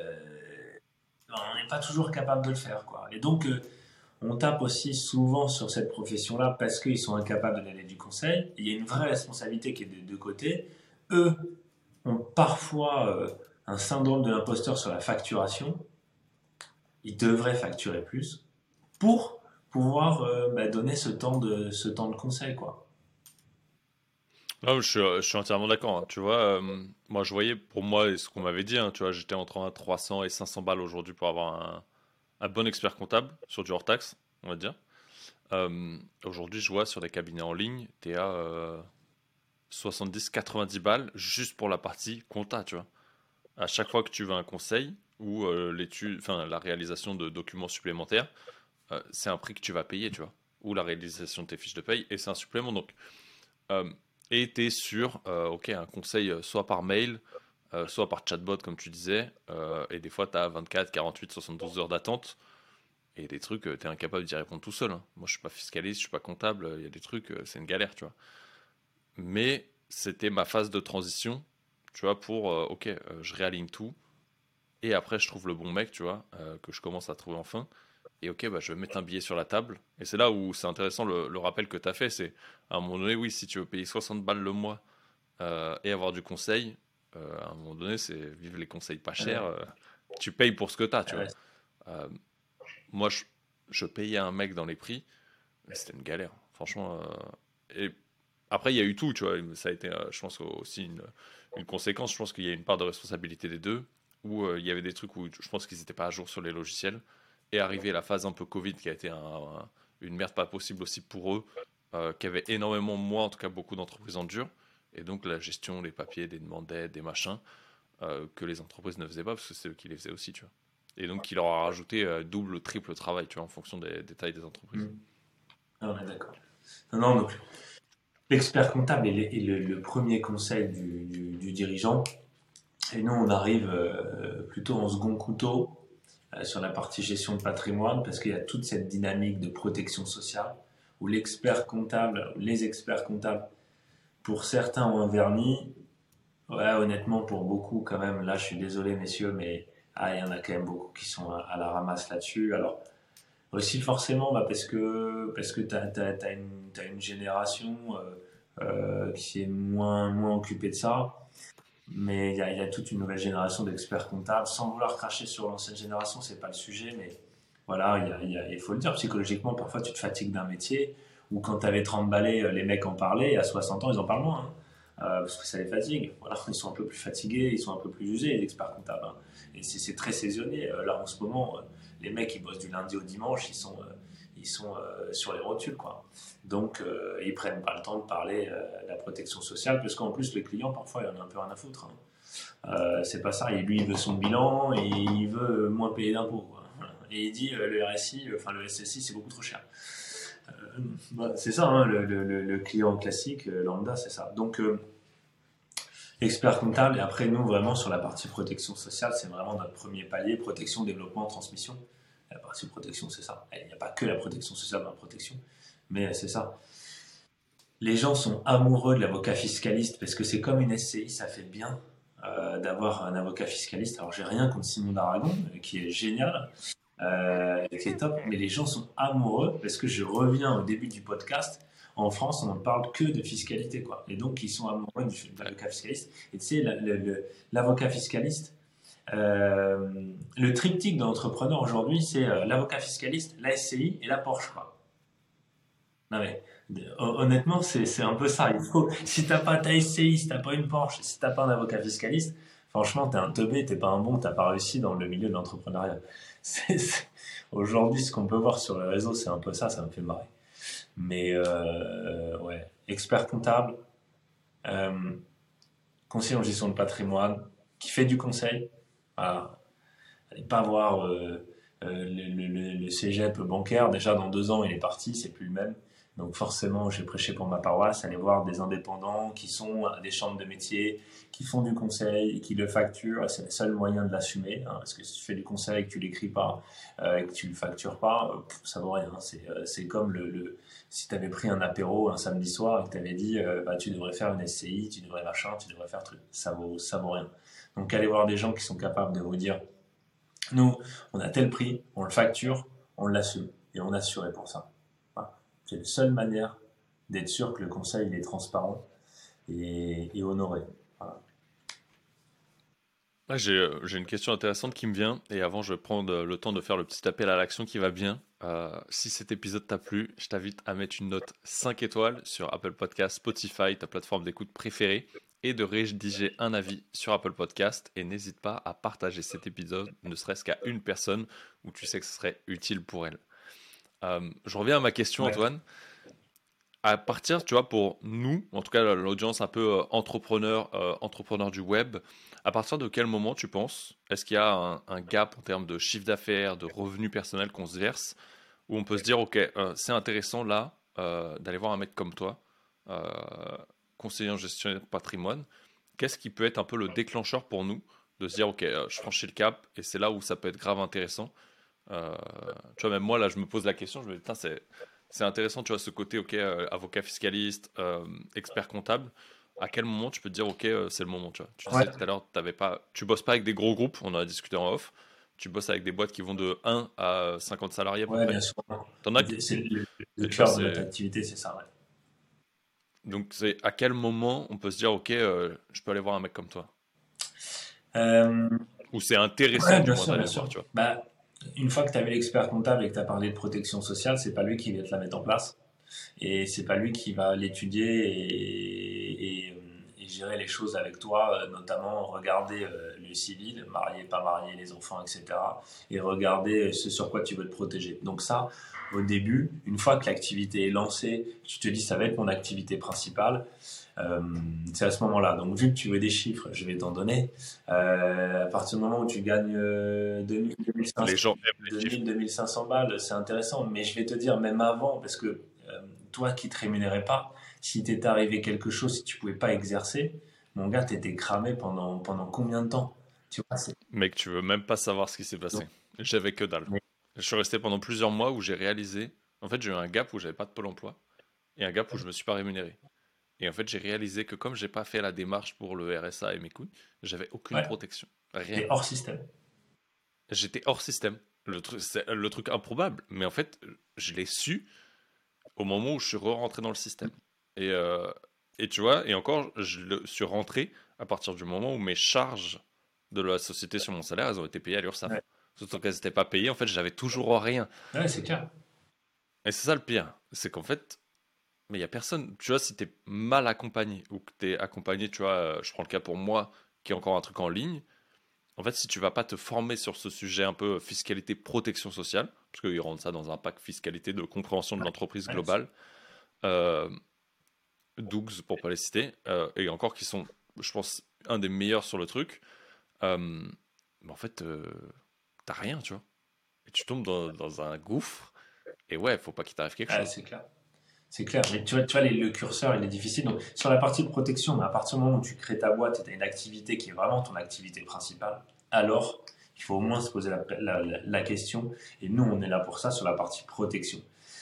B: on n'est pas toujours capable de le faire, quoi. Et donc, on tape aussi souvent sur cette profession-là parce qu'ils sont incapables de donner du conseil. Il y a une vraie responsabilité qui est des deux côtés. Eux ont parfois un syndrome de l'imposteur sur la facturation. Ils devraient facturer plus pour pouvoir donner ce temps de conseil, quoi.
A: Non, je suis entièrement d'accord, hein. Tu vois, moi, je voyais, pour moi, et ce qu'on m'avait dit, hein, tu vois, j'étais entre 300 et 500 balles aujourd'hui pour avoir un bon expert comptable sur du hors-taxe, on va dire. Aujourd'hui, je vois sur des cabinets en ligne, t'es à 70-90 balles juste pour la partie compta, tu vois. À chaque fois que tu veux un conseil ou la réalisation de documents supplémentaires, c'est un prix que tu vas payer, tu vois. Ou la réalisation de tes fiches de paye, et c'est un supplément. Donc, euh, et tu es sur ok, un conseil soit par mail, soit par chatbot, comme tu disais, et des fois, tu as 24, 48, 72 heures d'attente. Et des trucs, tu es incapable d'y répondre tout seul, hein. Moi, je suis pas fiscaliste, je suis pas comptable, il y a des trucs, c'est une galère, tu vois. Mais c'était ma phase de transition, tu vois, pour, ok, je réaligne tout, et après, je trouve le bon mec, tu vois, que je commence à trouver enfin. Et ok, bah, je vais mettre un billet sur la table. Et c'est là où c'est intéressant le rappel que tu as fait. C'est à un moment donné, oui, si tu veux payer 60 balles le mois et avoir du conseil, à un moment donné, c'est vivre les conseils pas chers.
B: Ouais,
A: Tu payes pour ce que tu as, tu vois.
B: ouais,
A: Euh, moi, je payais un mec dans les prix, mais c'était une galère, franchement. Et après, il y a eu tout, tu vois. Ça a été, je pense, aussi une conséquence. Je pense qu'il y a une part de responsabilité des deux, où il y avait des trucs où je pense qu'ils n'étaient pas à jour sur les logiciels. Et arrivé la phase un peu Covid, qui a été une merde pas possible aussi pour eux, qui avait énormément, moi en tout cas, beaucoup d'entreprises en dur. Et donc la gestion, les papiers, des demandes d'aide, des machins, que les entreprises ne faisaient pas, parce que c'est eux qui les faisaient aussi, tu vois. Et donc qui leur a rajouté double, triple travail, tu vois, en fonction des tailles des entreprises.
B: mm. Ah, on est d'accord. Non, non, donc l'expert comptable est le premier conseil du dirigeant. Et nous, on arrive plutôt en second couteau sur la partie gestion de patrimoine parce qu'il y a toute cette dynamique de protection sociale où l'expert comptable, les experts comptables, pour certains ont un vernis. Ouais, honnêtement, pour beaucoup, quand même, là, je suis désolé, messieurs, mais il y en a quand même beaucoup qui sont à la ramasse là-dessus. Alors, aussi forcément, bah, parce que t'as une génération qui est moins occupée de ça. Mais il y a toute une nouvelle génération d'experts comptables. Sans vouloir cracher sur l'ancienne génération, c'est pas le sujet, mais voilà, il faut le dire, psychologiquement, parfois tu te fatigues d'un métier, ou quand tu avais 30 balais, les mecs en parlaient, et à 60 ans, ils en parlent moins, hein. Parce que ça les fatigue. Voilà, ils sont un peu plus fatigués, ils sont un peu plus usés, les experts comptables, hein. Et c'est très saisonnier. Là, en ce moment, les mecs, ils bossent du lundi au dimanche, ils sont sur les rotules, quoi. Donc, ils prennent pas le temps de parler de la protection sociale, parce qu'en plus, les clients, parfois, il en a un peu rien à foutre, hein. C'est pas ça. Et lui, il veut son bilan et il veut moins payer d'impôts, quoi. Voilà. Et il dit le RSI, enfin le SSI, c'est beaucoup trop cher. Euh, bah, c'est ça, hein, le client classique, lambda, c'est ça. Donc, expert comptable, et après, nous, vraiment, sur la partie protection sociale, c'est vraiment notre premier palier protection, développement, transmission. La partie protection, c'est ça. Il n'y a pas que la protection sociale dans la protection, mais c'est ça. Les gens sont amoureux de l'avocat fiscaliste parce que c'est comme une SCI, ça fait bien d'avoir un avocat fiscaliste. Alors, j'ai rien contre Simon d'Aragon, qui est génial, qui est top, mais les gens sont amoureux parce que je reviens au début du podcast. En France, on ne parle que de fiscalité, quoi. Et donc, ils sont amoureux de l'avocat fiscaliste. Et tu sais, l'avocat fiscaliste, le triptyque de l'entrepreneur aujourd'hui, c'est l'avocat fiscaliste, la SCI et la Porsche, quoi. Non mais honnêtement, c'est un peu ça. Il faut, si t'as pas ta SCI, si t'as pas une Porsche, si t'as pas un avocat fiscaliste, franchement, t'es un teubé, t'es pas un bon, t'as pas réussi dans le milieu de l'entrepreneuriat. Aujourd'hui, ce qu'on peut voir sur le réseau, c'est un peu ça, ça me fait marrer. Mais ouais, expert comptable, euh, conseiller en gestion de patrimoine, qui fait du conseil. Voilà. Allez pas voir le cégep bancaire. Déjà, dans 2 ans, il est parti, c'est plus le même. Donc forcément, j'ai prêché pour ma paroisse, aller voir des indépendants qui sont à des chambres de métier, qui font du conseil, et qui le facturent. C'est le seul moyen de l'assumer, hein, parce que si tu fais du conseil et que tu l'écris pas, et que tu le factures pas, ça vaut rien. C'est comme si tu avais pris un apéro un samedi soir et que tu avais dit, bah, tu devrais faire une SCI, tu devrais machin, tu devrais faire truc. Ça vaut rien. Donc allez voir des gens qui sont capables de vous dire, nous, on a tel prix, on le facture, on l'assume et on est assuré pour ça. Voilà. C'est la seule manière d'être sûr que le conseil il est transparent et honoré. Voilà.
A: Là, j'ai une question intéressante qui me vient, et avant, je vais prendre le temps de faire le petit appel à l'action qui va bien. Si cet épisode t'a plu, je t'invite à mettre une note 5 étoiles sur Apple Podcast, Spotify, ta plateforme d'écoute préférée, et de rédiger un avis sur Apple Podcast. Et n'hésite pas à partager cet épisode, ne serait-ce qu'à une personne où tu sais que ce serait utile pour elle. Je reviens à ma question,
B: Ouais.
A: Antoine. À partir, tu vois, pour nous, en tout cas l'audience un peu entrepreneur du web, à partir de quel moment tu penses, est-ce qu'il y a un gap en termes de chiffre d'affaires, de revenus personnels qu'on se verse, où on peut se dire, ok, c'est intéressant là d'aller voir un mec comme toi, euh, conseiller en gestion de patrimoine. Qu'est-ce qui peut être un peu le déclencheur pour nous de se dire, ok, je franchis le cap et c'est là où ça peut être grave intéressant. Euh, Tu vois, même moi là, je me pose la question, je me dis, putain, c'est intéressant, tu vois, ce côté, ok, avocat fiscaliste, expert comptable. À quel moment tu peux te dire, ok, c'est le moment, tu vois. Tu
B: Ouais.
A: disais tout à l'heure, tu bosses pas avec des gros groupes, on en a discuté en off. Tu bosses avec des boîtes qui vont de 1 à 50 salariés à peu
B: Ouais,
A: près.
B: bien sûr.
A: T'en as,
B: C'est le
A: et tu vois,
B: cœur de notre activité, c'est ça. Ouais.
A: donc c'est à quel moment on peut se dire, ok, je peux aller voir un mec comme toi.
B: Euh,
A: Ou c'est intéressant,
B: ouais,
A: du
B: bien
A: moins,
B: sûr,
A: d'aller
B: bien
A: le voir,
B: sûr.
A: tu vois.
B: Bah, une fois que tu as vu l'expert comptable et que tu as parlé de protection sociale, c'est pas lui qui va te la mettre en place. Et c'est pas lui qui va l'étudier et gérer les choses avec toi, notamment regarder le civil, marié, pas marié, les enfants, etc. Et regarder ce sur quoi tu veux te protéger. Donc ça, au début, une fois que l'activité est lancée, tu te dis ça va être mon activité principale. Euh, c'est à ce moment-là. Donc, vu que tu veux des chiffres, je vais t'en donner. À partir du moment où tu gagnes 2000,
A: Les
B: 2500,
A: gens aiment les chiffres.
B: 2000, 2500 balles, c'est intéressant. Mais je vais te dire, même avant, parce que toi qui te rémunérais pas, si t'était arrivé quelque chose, si tu pouvais pas exercer, mon gars, t'étais cramé pendant combien de temps? Tu vois,
A: Mec, tu veux même pas savoir ce qui s'est passé. J'avais que dalle.
B: mais-
A: Je suis resté pendant plusieurs mois où j'ai réalisé. En fait, j'ai eu un gap où j'avais pas de pôle emploi et un gap où je me suis pas rémunéré. Et en fait, j'ai réalisé que comme j'ai pas fait la démarche pour le RSA et mes couilles, j'avais aucune
B: ouais,
A: protection. Rien.
B: t'es hors système.
A: J'étais hors système. C'est le truc improbable. Mais en fait, je l'ai su au moment où je suis re-rentré dans le système. Et, euh, et tu vois, et encore, je suis rentré à partir du moment où mes charges de la société sur mon salaire, elles ont été payées à l'URSSAF.
B: Ouais,
A: Surtout qu'elles n'étaient pas payées, en fait, j'avais toujours rien.
B: ouais, c'est clair.
A: Et c'est ça le pire, c'est qu'en fait, mais il y a personne, tu vois, si tu es mal accompagné ou que tu es accompagné, tu vois, je prends le cas pour moi qui est encore un truc en ligne, en fait, si tu vas pas te former sur ce sujet un peu fiscalité, protection sociale, parce qu'ils rendent ça dans un pack fiscalité de compréhension de l'entreprise
B: Ouais,
A: globale, euh, Dougs pour pas les citer, et encore qui sont, je pense, un des meilleurs sur le truc, euh, mais en fait, t'as rien, tu vois. Et tu tombes dans un gouffre, et ouais, faut pas qu'il t'arrive quelque
B: ouais,
A: chose.
B: c'est clair. C'est clair, mais tu vois le curseur, il est difficile. Donc, sur la partie de protection, à partir du moment où tu crées ta boîte et tu as une activité qui est vraiment ton activité principale, alors il faut au moins se poser la question. Et nous, on est là pour ça sur la partie protection.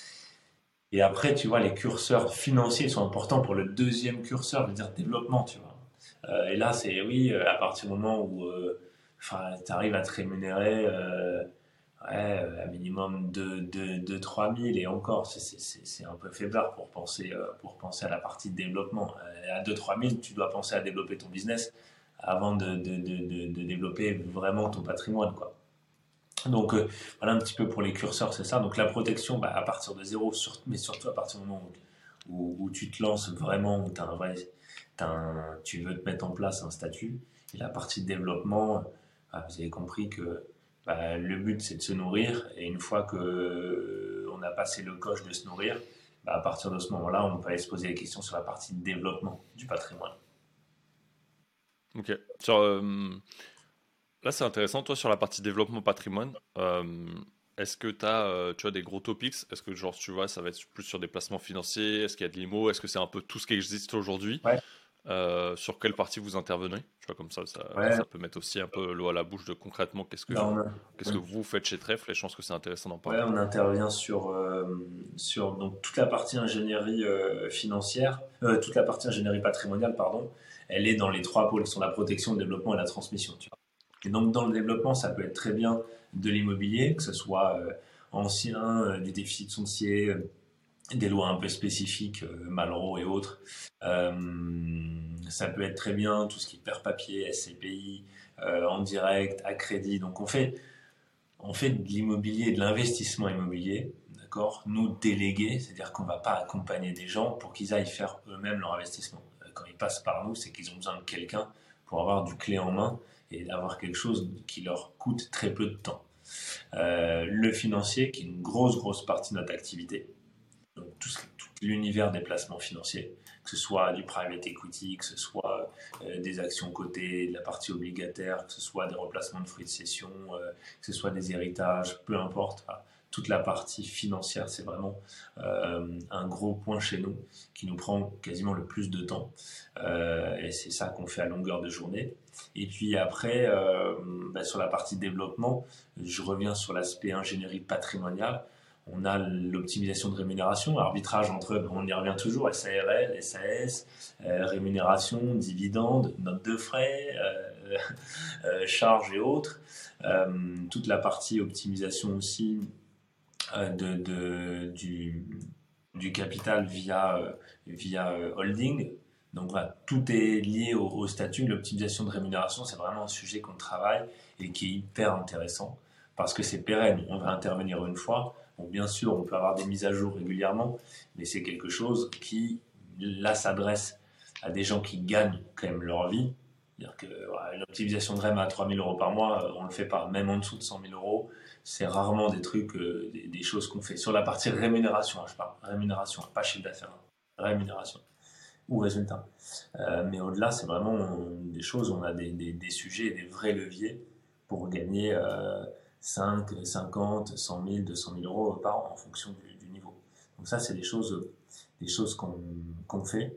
B: Et après, tu vois, les curseurs financiers sont importants pour le deuxième curseur, je veux dire développement, tu vois. Et là, c'est oui, à partir du moment où tu arrives à te rémunérer ouais, un minimum de 3 000 et encore, c'est un peu faiblard pour penser à la partie de développement. À 2-3 000, tu dois penser à développer ton business avant de développer vraiment ton patrimoine, quoi. Donc voilà un petit peu pour les curseurs, c'est ça. Donc la protection, bah, à partir de zéro, mais surtout à partir du moment où tu te lances vraiment, où tu veux te mettre en place un statut. Et la partie de développement, bah, vous avez compris que bah, le but c'est de se nourrir. Et une fois que on a passé le coche de se nourrir, bah, à partir de ce moment-là, on peut aller se poser des questions sur la partie de développement du patrimoine.
A: Ok. Sur, là, c'est intéressant. Toi, sur la partie développement patrimoine, est-ce que tu as tu as des gros topics? Est-ce que, genre, tu vois, ça va être plus sur des placements financiers? Est-ce qu'il y a de l'IMO? Est-ce que c'est un peu tout ce qui existe aujourd'hui?
B: Ouais,
A: Sur quelle partie vous intervenez? Tu vois, comme
B: ouais.
A: ça peut mettre aussi un peu l'eau à la bouche de concrètement
B: Bah,
A: qu'est-ce que vous faites chez Trèfle et je pense que c'est intéressant d'en
B: ouais,
A: parler.
B: on intervient sur donc, toute la partie ingénierie financière, toute la partie ingénierie patrimoniale, pardon. Elle est dans les trois pôles, qui sont la protection, le développement et la transmission. Tu vois. Et donc, dans le développement, ça peut être très bien de l'immobilier, que ce soit ancien, du déficit foncier, des lois un peu spécifiques, Malraux et autres. Euh, Ça peut être très bien tout ce qui est père papier, SCPI, en direct, à crédit. Donc, on fait de l'immobilier et de l'investissement immobilier, d'accord. Nous, délégués, c'est-à-dire qu'on ne va pas accompagner des gens pour qu'ils aillent faire eux-mêmes leur investissement. quand ils passent par nous, c'est qu'ils ont besoin de quelqu'un pour avoir du clé en main et d'avoir quelque chose qui leur coûte très peu de temps. Le financier, qui est une grosse partie de notre activité, donc tout l'univers des placements financiers, que ce soit du private equity, que ce soit des actions cotées, de la partie obligataire, que ce soit des replacements de fruits de cession, que ce soit des héritages, peu importe. Voilà. Toute la partie financière, c'est vraiment un gros point chez nous qui nous prend quasiment le plus de temps. Et c'est ça qu'on fait à longueur de journée. Et puis après, sur la partie développement, je reviens sur l'aspect ingénierie patrimoniale. On a l'optimisation de rémunération, arbitrage entre, on y revient toujours, SARL, SAS, rémunération, dividendes, notes de frais, charges et autres. Toute la partie optimisation aussi du capital via holding. Donc voilà, tout est lié au statut. L'optimisation de rémunération, c'est vraiment un sujet qu'on travaille et qui est hyper intéressant parce que c'est pérenne. On va intervenir une fois. Bon, bien sûr, on peut avoir des mises à jour régulièrement, mais c'est quelque chose qui, là, s'adresse à des gens qui gagnent quand même leur vie. C'est-à-dire que voilà, l'optimisation de REM à 3 000 € par mois, on ne le fait pas. Même en dessous de 100 000 €, c'est rarement des trucs, des choses qu'on fait. Sur la partie rémunération, je parle. Rémunération, pas chiffre d'affaires. Rémunération ou résultat. Mais au-delà, c'est vraiment des choses, on a des sujets et des vrais leviers pour gagner 5, 50, 100 000, 200 000 € par an en fonction du niveau. Donc ça, c'est des choses qu'on fait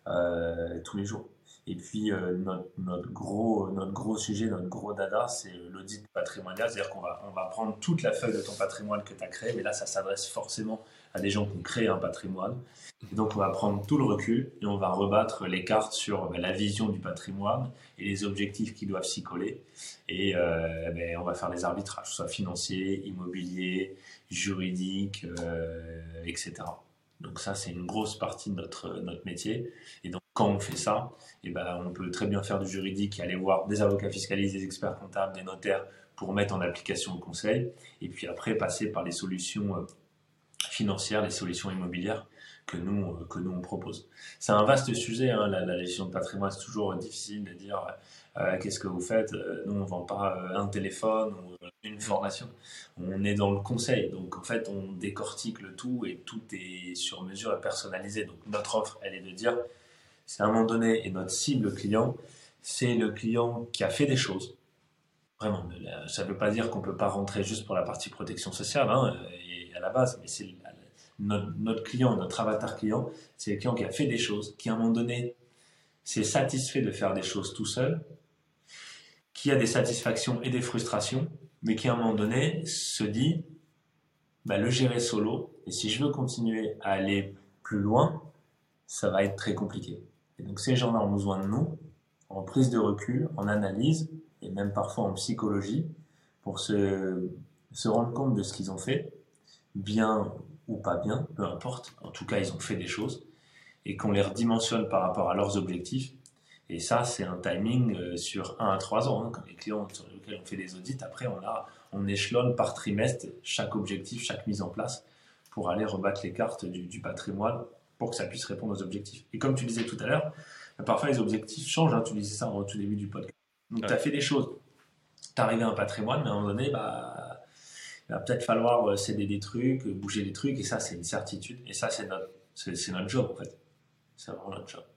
B: tous les jours. Et puis notre gros sujet, notre gros dada, c'est l'audit patrimonial. C'est-à-dire qu'on va prendre toute la feuille de ton patrimoine que tu as créé, mais là, ça s'adresse forcément à des gens qui ont créé un patrimoine. Et donc, on va prendre tout le recul et on va rebattre les cartes sur la vision du patrimoine et les objectifs qui doivent s'y coller. Et on va faire des arbitrages, que ce soit financiers, immobiliers, juridiques, etc. Donc ça, c'est une grosse partie de notre métier. Et donc, quand on fait ça, on peut très bien faire du juridique et aller voir des avocats fiscalistes, des experts comptables, des notaires pour mettre en application le conseil. Et puis après, passer par les solutions financières, les solutions immobilières que nous on propose. C'est un vaste sujet, hein, la gestion de patrimoine, c'est toujours difficile de dire qu'est-ce que vous faites. Nous, on ne vend pas un téléphone ou une formation. On est dans le conseil. Donc, en fait, on décortique le tout et tout est sur mesure et personnalisé. Donc, notre offre, elle est de dire, c'est à un moment donné, et notre cible client, c'est le client qui a fait des choses. Vraiment, ça ne veut pas dire qu'on ne peut pas rentrer juste pour la partie protection sociale, hein, et à la base, mais c'est notre client, notre avatar client, c'est le client qui a fait des choses, qui à un moment donné s'est satisfait de faire des choses tout seul, qui a des satisfactions et des frustrations, mais qui à un moment donné se dit, le gérer solo, et si je veux continuer à aller plus loin, ça va être très compliqué. Et donc ces gens-là ont besoin de nous, en prise de recul, en analyse, et même parfois en psychologie, pour se rendre compte de ce qu'ils ont fait, bien ou pas bien, peu importe. En tout cas, ils ont fait des choses et qu'on les redimensionne par rapport à leurs objectifs. Et ça, c'est un timing sur 1 à 3 ans. Hein, quand les clients sur lesquels on fait des audits, après, on échelonne par trimestre chaque objectif, chaque mise en place pour aller rebattre les cartes du patrimoine pour que ça puisse répondre aux objectifs. Et comme tu disais tout à l'heure, parfois les objectifs changent. Hein, tu disais ça au tout début du podcast. Donc, tu as fait des choses. Tu es arrivé à un patrimoine, mais à un moment donné, il va peut-être falloir céder des trucs, bouger des trucs, et ça, c'est une certitude. Et ça, c'est notre job, en fait. C'est vraiment notre job.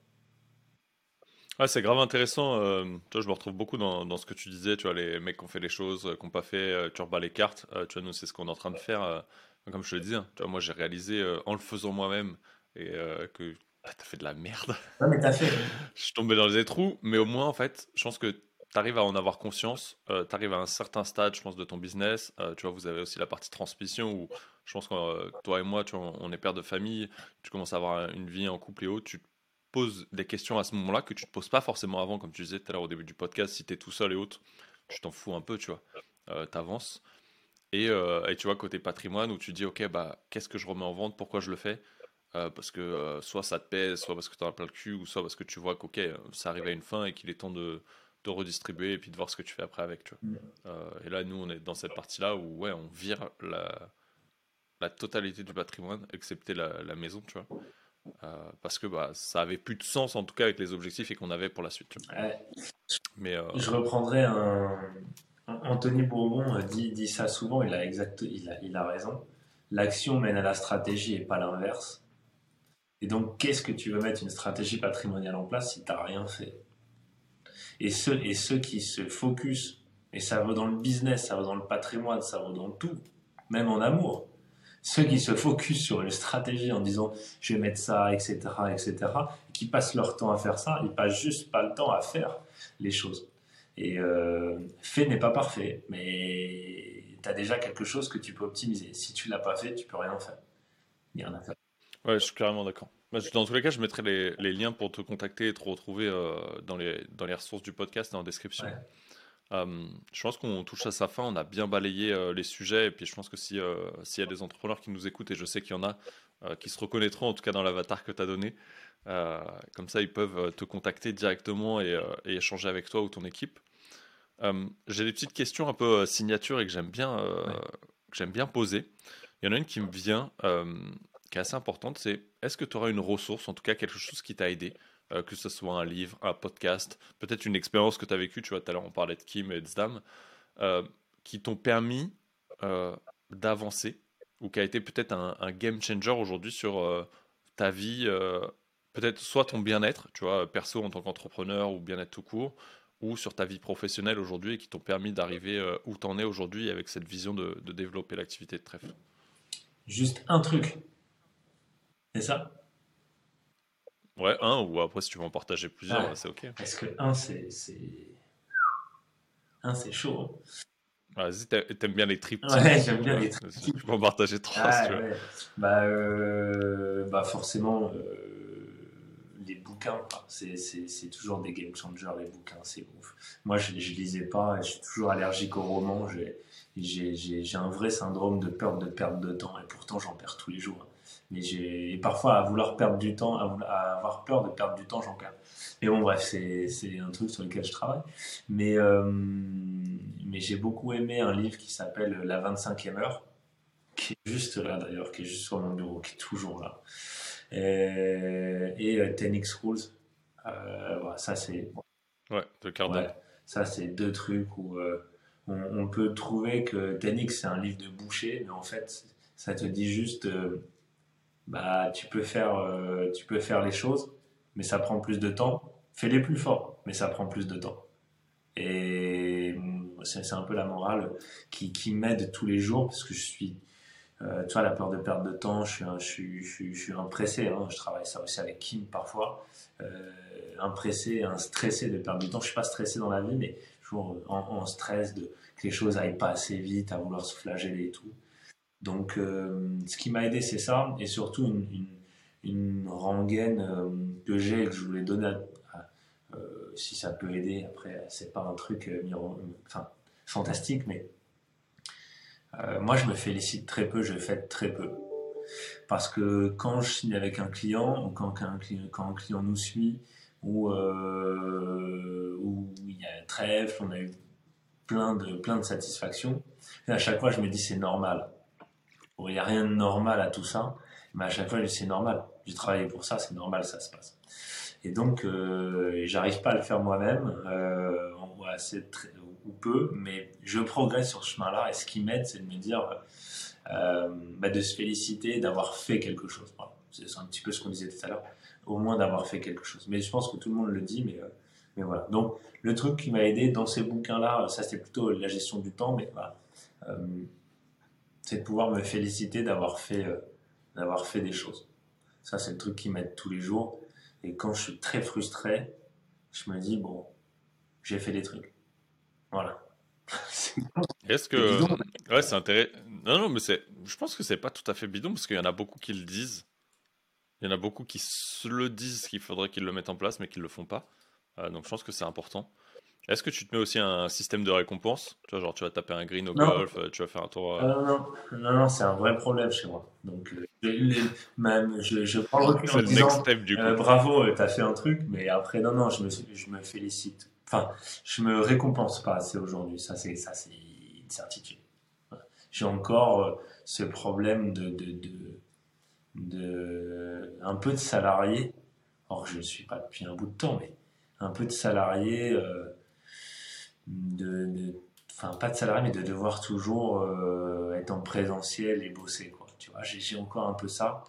A: Ouais, c'est grave intéressant. Tu vois, je me retrouve beaucoup dans ce que tu disais. Tu vois, les mecs qui ont fait les choses, qui n'ont pas fait, tu rebats les cartes. Tu vois, nous, c'est ce qu'on est en train de faire. Comme je te le disais, hein. Tu vois, moi, j'ai réalisé en le faisant moi-même et que t'as fait de la merde.
B: Non, mais t'as fait.
A: Je suis tombé dans les trous, mais au moins, en fait, je pense que tu arrives à en avoir conscience. Tu arrives à un certain stade, je pense, de ton business. Tu vois, vous avez aussi la partie transmission où je pense que toi et moi, tu vois, on est père de famille. Tu commences à avoir une vie en couple et autres. Tu te poses des questions à ce moment-là que tu te poses pas forcément avant, comme tu disais tout à l'heure au début du podcast. Si tu es tout seul et autres, tu t'en fous un peu, tu vois. T'avances. Et tu vois, côté patrimoine, où tu dis, ok, qu'est-ce que je remets en vente, pourquoi je le fais? Parce que soit ça te pèse, soit parce que tu en as plein le cul, ou soit parce que tu vois qu'ok, ça arrive à une fin et qu'il est temps de redistribuer et puis de voir ce que tu fais après avec, tu vois. Et là, nous, on est dans cette partie-là où, ouais, on vire la totalité du patrimoine, excepté la maison, tu vois. parce que ça avait plus de sens en tout cas avec les objectifs et qu'on avait pour la suite. Tu vois.
B: Ouais.
A: Mais
B: Je reprendrai Anthony Bourbon dit ça souvent, il a raison. L'action mène à la stratégie et pas l'inverse. Et donc, qu'est-ce que tu veux mettre une stratégie patrimoniale en place si tu n'as rien fait? Et ceux qui se focus, et ça vaut dans le business, ça vaut dans le patrimoine, ça vaut dans tout, même en amour, ceux qui se focus sur une stratégie en disant je vais mettre ça, etc., etc., qui passent leur temps à faire ça, ils passent juste pas le temps à faire les choses. Et fait n'est pas parfait, mais tu as déjà quelque chose que tu peux optimiser. Si tu l'as pas fait, tu peux rien faire. Il y a rien à faire.
A: ouais, je suis carrément d'accord. Dans tous les cas, je mettrai les liens pour te contacter et te retrouver dans les ressources du podcast et en description.
B: Ouais.
A: Je pense qu'on touche à sa fin, on a bien balayé les sujets, et puis je pense que s'il y a des entrepreneurs qui nous écoutent, et je sais qu'il y en a qui se reconnaîtront en tout cas dans l'avatar que tu as donné, euh, comme ça ils peuvent te contacter directement et échanger avec toi ou ton équipe. J'ai des petites questions un peu signature et
B: Ouais.
A: que j'aime bien poser. Il y en a une qui me vient, qui est assez importante, c'est est-ce que tu auras une ressource, en tout cas quelque chose qui t'a aidé, que ce soit un livre, un podcast, peut-être une expérience que tu as vécue, tu vois, tout à l'heure on parlait de Kim et de Zdam, euh, qui t'ont permis euh, d'avancer, ou qui a été peut-être un game changer aujourd'hui sur ta vie, peut-être soit ton bien-être, tu vois, perso en tant qu'entrepreneur ou bien-être tout court, ou sur ta vie professionnelle aujourd'hui et qui t'ont permis d'arriver où t'en es aujourd'hui avec cette vision de développer l'activité de trèfle.
B: Juste un truc, c'est ça?
A: Ouais, un, ou après si tu veux en partager
B: Ouais.
A: plusieurs, c'est ok.
B: Parce que c'est chaud.
A: Vas-y, t'aimes bien les
B: Ouais,
A: triptyques,
B: j'aime
A: tu
B: bien
A: vois.
B: les trucs.
A: Tu peux en partager trois si
B: Ah
A: tu veux.
B: ouais. Bah forcément, les bouquins, quoi. C'est toujours des game changers, les bouquins, c'est ouf. Moi, je lisais pas, je suis toujours allergique aux romans. J'ai un vrai syndrome de peur de perdre de temps, et pourtant j'en perds tous les jours. Mais et parfois, à vouloir perdre du temps, à avoir peur de perdre du temps, j'en perds. Mais bon, bref, c'est un truc sur lequel je travaille. Mais, euh, mais j'ai beaucoup aimé un livre qui s'appelle La 25e heure, qui est juste là d'ailleurs, qui est juste sur mon bureau, qui est toujours là. Et 10x Rules. Voilà, ça c'est
A: Ouais, de Cardone.
B: ouais, ça c'est deux trucs où on peut trouver que 10x c'est un livre de boucher, mais en fait ça te dit juste bah tu peux faire les choses, mais ça prend plus de temps. Fais-les plus fort, mais ça prend plus de temps. Et c'est un peu la morale qui m'aide tous les jours parce que je suis tu vois, la peur de perdre de temps, je suis un pressé, hein, je travaille ça aussi avec Kim parfois, un pressé, un stressé de perdre du temps. Je suis pas stressé dans la vie, mais toujours en stress de que les choses aillent pas assez vite, à vouloir se flageller et tout. Donc, ce qui m'a aidé, c'est ça, et surtout une rengaine que j'ai et que je voulais donner si ça peut aider. Après, c'est pas un truc enfin, fantastique, mais moi, je me félicite très peu, je fête très peu. Parce que quand je signe avec un client, ou quand un client nous suit, ou il y a un trèfle, on a eu plein de satisfactions, et à chaque fois, je me dis c'est normal. Bon, il n'y a rien de normal à tout ça, mais à chaque fois, je dis c'est normal. J'ai travaillé pour ça, c'est normal, ça se passe. Et donc, j'arrive pas à le faire moi-même, ou peu, mais je progresse sur ce chemin-là. Et ce qui m'aide, c'est de me dire, de se féliciter d'avoir fait quelque chose. Voilà. C'est un petit peu ce qu'on disait tout à l'heure, au moins d'avoir fait quelque chose. Mais je pense que tout le monde le dit, mais voilà. Donc, le truc qui m'a aidé dans ces bouquins-là, ça c'était plutôt la gestion du temps, mais voilà, euh, c'est de pouvoir me féliciter d'avoir fait des choses. Ça, c'est le truc qui m'aide tous les jours. Et quand je suis très frustré, je me dis, bon, j'ai fait des trucs. Voilà. C'est
A: Est-ce que...
B: bidon.
A: Ouais, c'est intéressant. Non, non, mais je pense que c'est pas tout à fait bidon parce qu'il y en a beaucoup qui le disent. Il y en a beaucoup qui se le disent qu'il faudrait qu'ils le mettent en place mais qu'ils le font pas. Donc je pense que c'est important. Est-ce que tu te mets aussi un système de récompense? Tu vois, genre tu vas taper un green au
B: Non,
A: golf, tu vas faire un tour.
B: non, c'est un vrai problème chez moi. Donc, même, je prends le recul en
A: C'est le next
B: disant,
A: step du coup.
B: bravo, t'as fait un truc, mais après, non, je me félicite. Enfin, je me récompense pas assez aujourd'hui. Ça, c'est une certitude. J'ai encore ce problème un peu de salarié, or je ne suis pas depuis un bout de temps, mais un peu de salarié, de, enfin pas de salarié, mais de devoir toujours être en présentiel et bosser, quoi. Tu vois, j'ai encore un peu ça.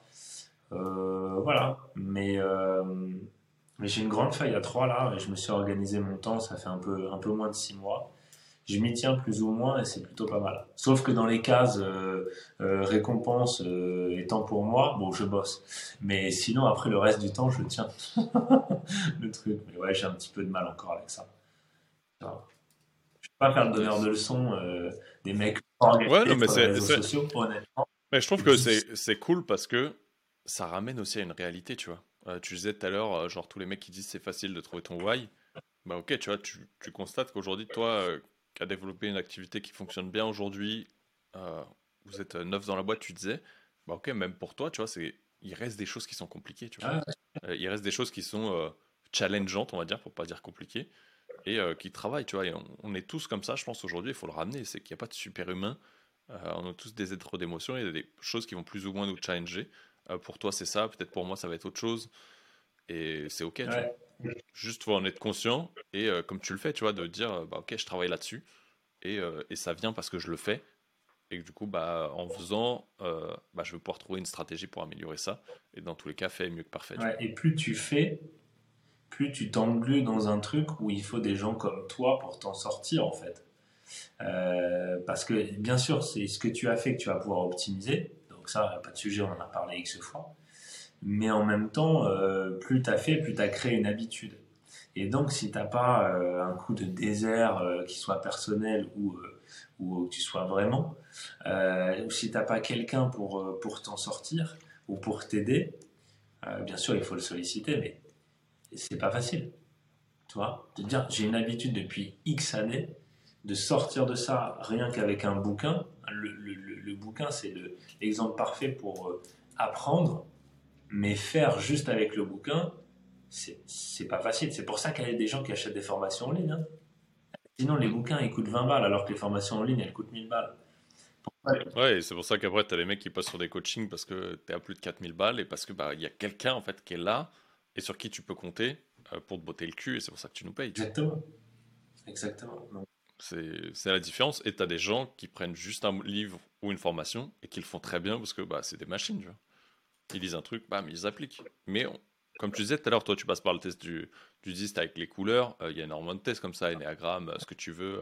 B: Voilà, mais j'ai une grande feuille à 3 là, et je me suis organisé mon temps, ça fait un peu moins de 6 mois. Je m'y tiens plus ou moins et c'est plutôt pas mal. Sauf que dans les cases récompense étant pour moi, bon, je bosse. Mais sinon, après le reste du temps, je tiens le truc. Mais ouais, j'ai un petit peu de mal encore avec ça. Je ne vais pas faire le donneur de
A: Yes.
B: leçons des mecs
A: Ouais, non,
B: organisés
A: mais
B: sur les réseaux sociaux, honnêtement.
A: mais je trouve
B: C'est
A: que
B: difficile.
A: c'est cool parce que ça ramène aussi à une réalité, tu vois. Tu disais tout à l'heure, genre tous les mecs qui disent c'est facile de trouver ton why. Bah ok, tu vois, tu constates qu'aujourd'hui, toi, qui as développé une activité qui fonctionne bien aujourd'hui, euh, vous êtes neuf dans la boîte, tu disais, bah ok, même pour toi, tu vois, il reste des choses qui sont compliquées, tu vois.
B: Ouais,
A: Il reste des choses qui sont challengeantes, on va dire, pour pas dire compliquées, et qui travaillent, tu vois. Et on est tous comme ça, je pense, aujourd'hui, il faut le ramener, c'est qu'il n'y a pas de super-humain. On a tous des êtres d'émotion, il y a des choses qui vont plus ou moins nous challenger. Pour toi, c'est ça, peut-être pour moi, ça va être autre chose, et c'est ok, tu vois.
B: ouais.
A: Juste, faut en être conscient et comme tu le fais, tu vois, de dire, bah ok, je travaille là-dessus et ça vient parce que je le fais et que du coup, bah en faisant, bah je vais pouvoir trouver une stratégie pour améliorer ça et dans tous les cas, fait mieux que parfait, tu
B: Ouais. Et plus tu fais, plus tu t'englues dans un truc où il faut des gens comme toi pour t'en sortir, en fait. Parce que bien sûr, c'est ce que tu as fait que tu vas pouvoir optimiser. Donc ça, pas de sujet, on en a parlé X fois. Mais en même temps, plus tu as fait, plus tu as créé une habitude. Et donc, si tu n'as pas un coup de désert qui soit personnel ou que tu sois vraiment, ou si tu n'as pas quelqu'un pour t'en sortir ou pour t'aider, bien sûr, il faut le solliciter, mais c'est pas facile. Tu vois, de dire j'ai une habitude depuis X années de sortir de ça rien qu'avec un bouquin. Le bouquin, c'est l'exemple parfait pour apprendre, mais faire juste avec le bouquin, c'est pas facile. C'est pour ça qu'il y a des gens qui achètent des formations en ligne, hein. Sinon, les
A: vois.
B: bouquins, ils coûtent 20 balles, alors que les formations en ligne, elles coûtent 1000 balles. Ouais,
A: Ouais, et c'est pour ça qu'après, t'as les mecs qui passent sur des coachings parce que t'es à plus de 4000 balles et parce que bah il y a quelqu'un en fait qui est là et sur qui tu peux compter pour te botter le cul et c'est pour ça que tu nous payes, tu vois.
B: exactement. Exactement. Donc,
A: C'est la différence. Et t'as des gens qui prennent juste un livre ou une formation et qui le font très bien parce que bah, c'est des machines, tu vois. Ils lisent un truc, bam, ils appliquent. Mais comme tu disais tout à l'heure, toi tu passes par le test du DIST avec les couleurs. Il y a énormément de tests comme ça, Enneagramme, ce que tu veux.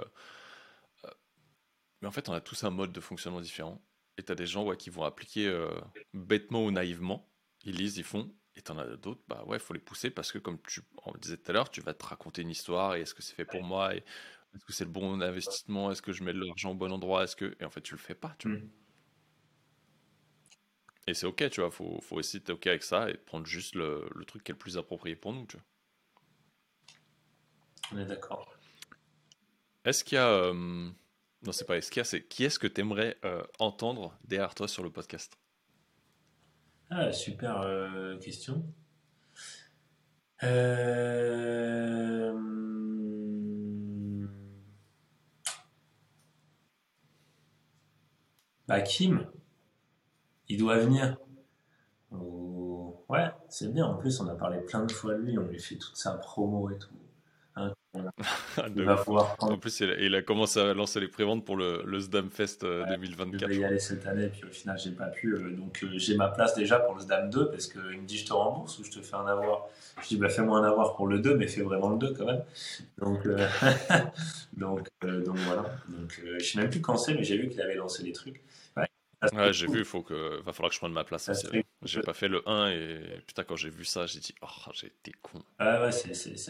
A: Mais en fait, on a tous un mode de fonctionnement différent. Et t'as des gens ouais, qui vont appliquer bêtement ou naïvement. Ils lisent, ils font. Et t'en as d'autres, bah ouais, faut les pousser parce que comme on le disait tout à l'heure, tu vas te raconter une histoire et est-ce que c'est fait pour moi et est-ce que c'est le bon investissement, est-ce que je mets de l'argent au bon endroit, est-ce que... Et en fait, tu le fais pas, tu vois.
B: hmm,
A: Et c'est ok, tu vois, faut aussi être ok avec ça et prendre juste le truc qui est le plus approprié pour nous, tu vois.
B: on est d'accord.
A: Est-ce qu'il y a... Non, c'est pas est-ce qu'il y a, c'est qui est-ce que t'aimerais entendre derrière toi sur le podcast?
B: Ah, super question. Euh... Bah, Kim, il doit venir. Ouais, c'est bien. En plus, on a parlé plein de fois de lui. On lui fait toute sa promo et tout. Hein, il
A: De
B: va
A: ouf.
B: pouvoir
A: En
B: prendre.
A: plus, il a commencé à lancer les préventes pour le Sdam Fest
B: Ouais, je
A: 2024,
B: devais
A: je
B: y
A: crois.
B: aller cette année, puis au final, j'ai pas pu. Donc, j'ai ma place déjà pour le SDAM 2 parce qu'il me dit je te rembourse ou je te fais un avoir. Je dis bah, fais-moi un avoir pour le 2 mais fais vraiment le 2 quand même. Donc, donc voilà. Donc, je sais même plus quand c'est, mais j'ai vu qu'il avait lancé les trucs. Ouais, ça
A: Ouais,
B: serait
A: j'ai
B: cool.
A: vu, va falloir que je prenne ma place
B: Ça
A: aussi. Ouais.
B: serait
A: J'ai
B: cool.
A: pas fait le 1 et putain, quand j'ai vu ça, j'ai dit, oh, j'ai été con.
B: Ouais, ouais,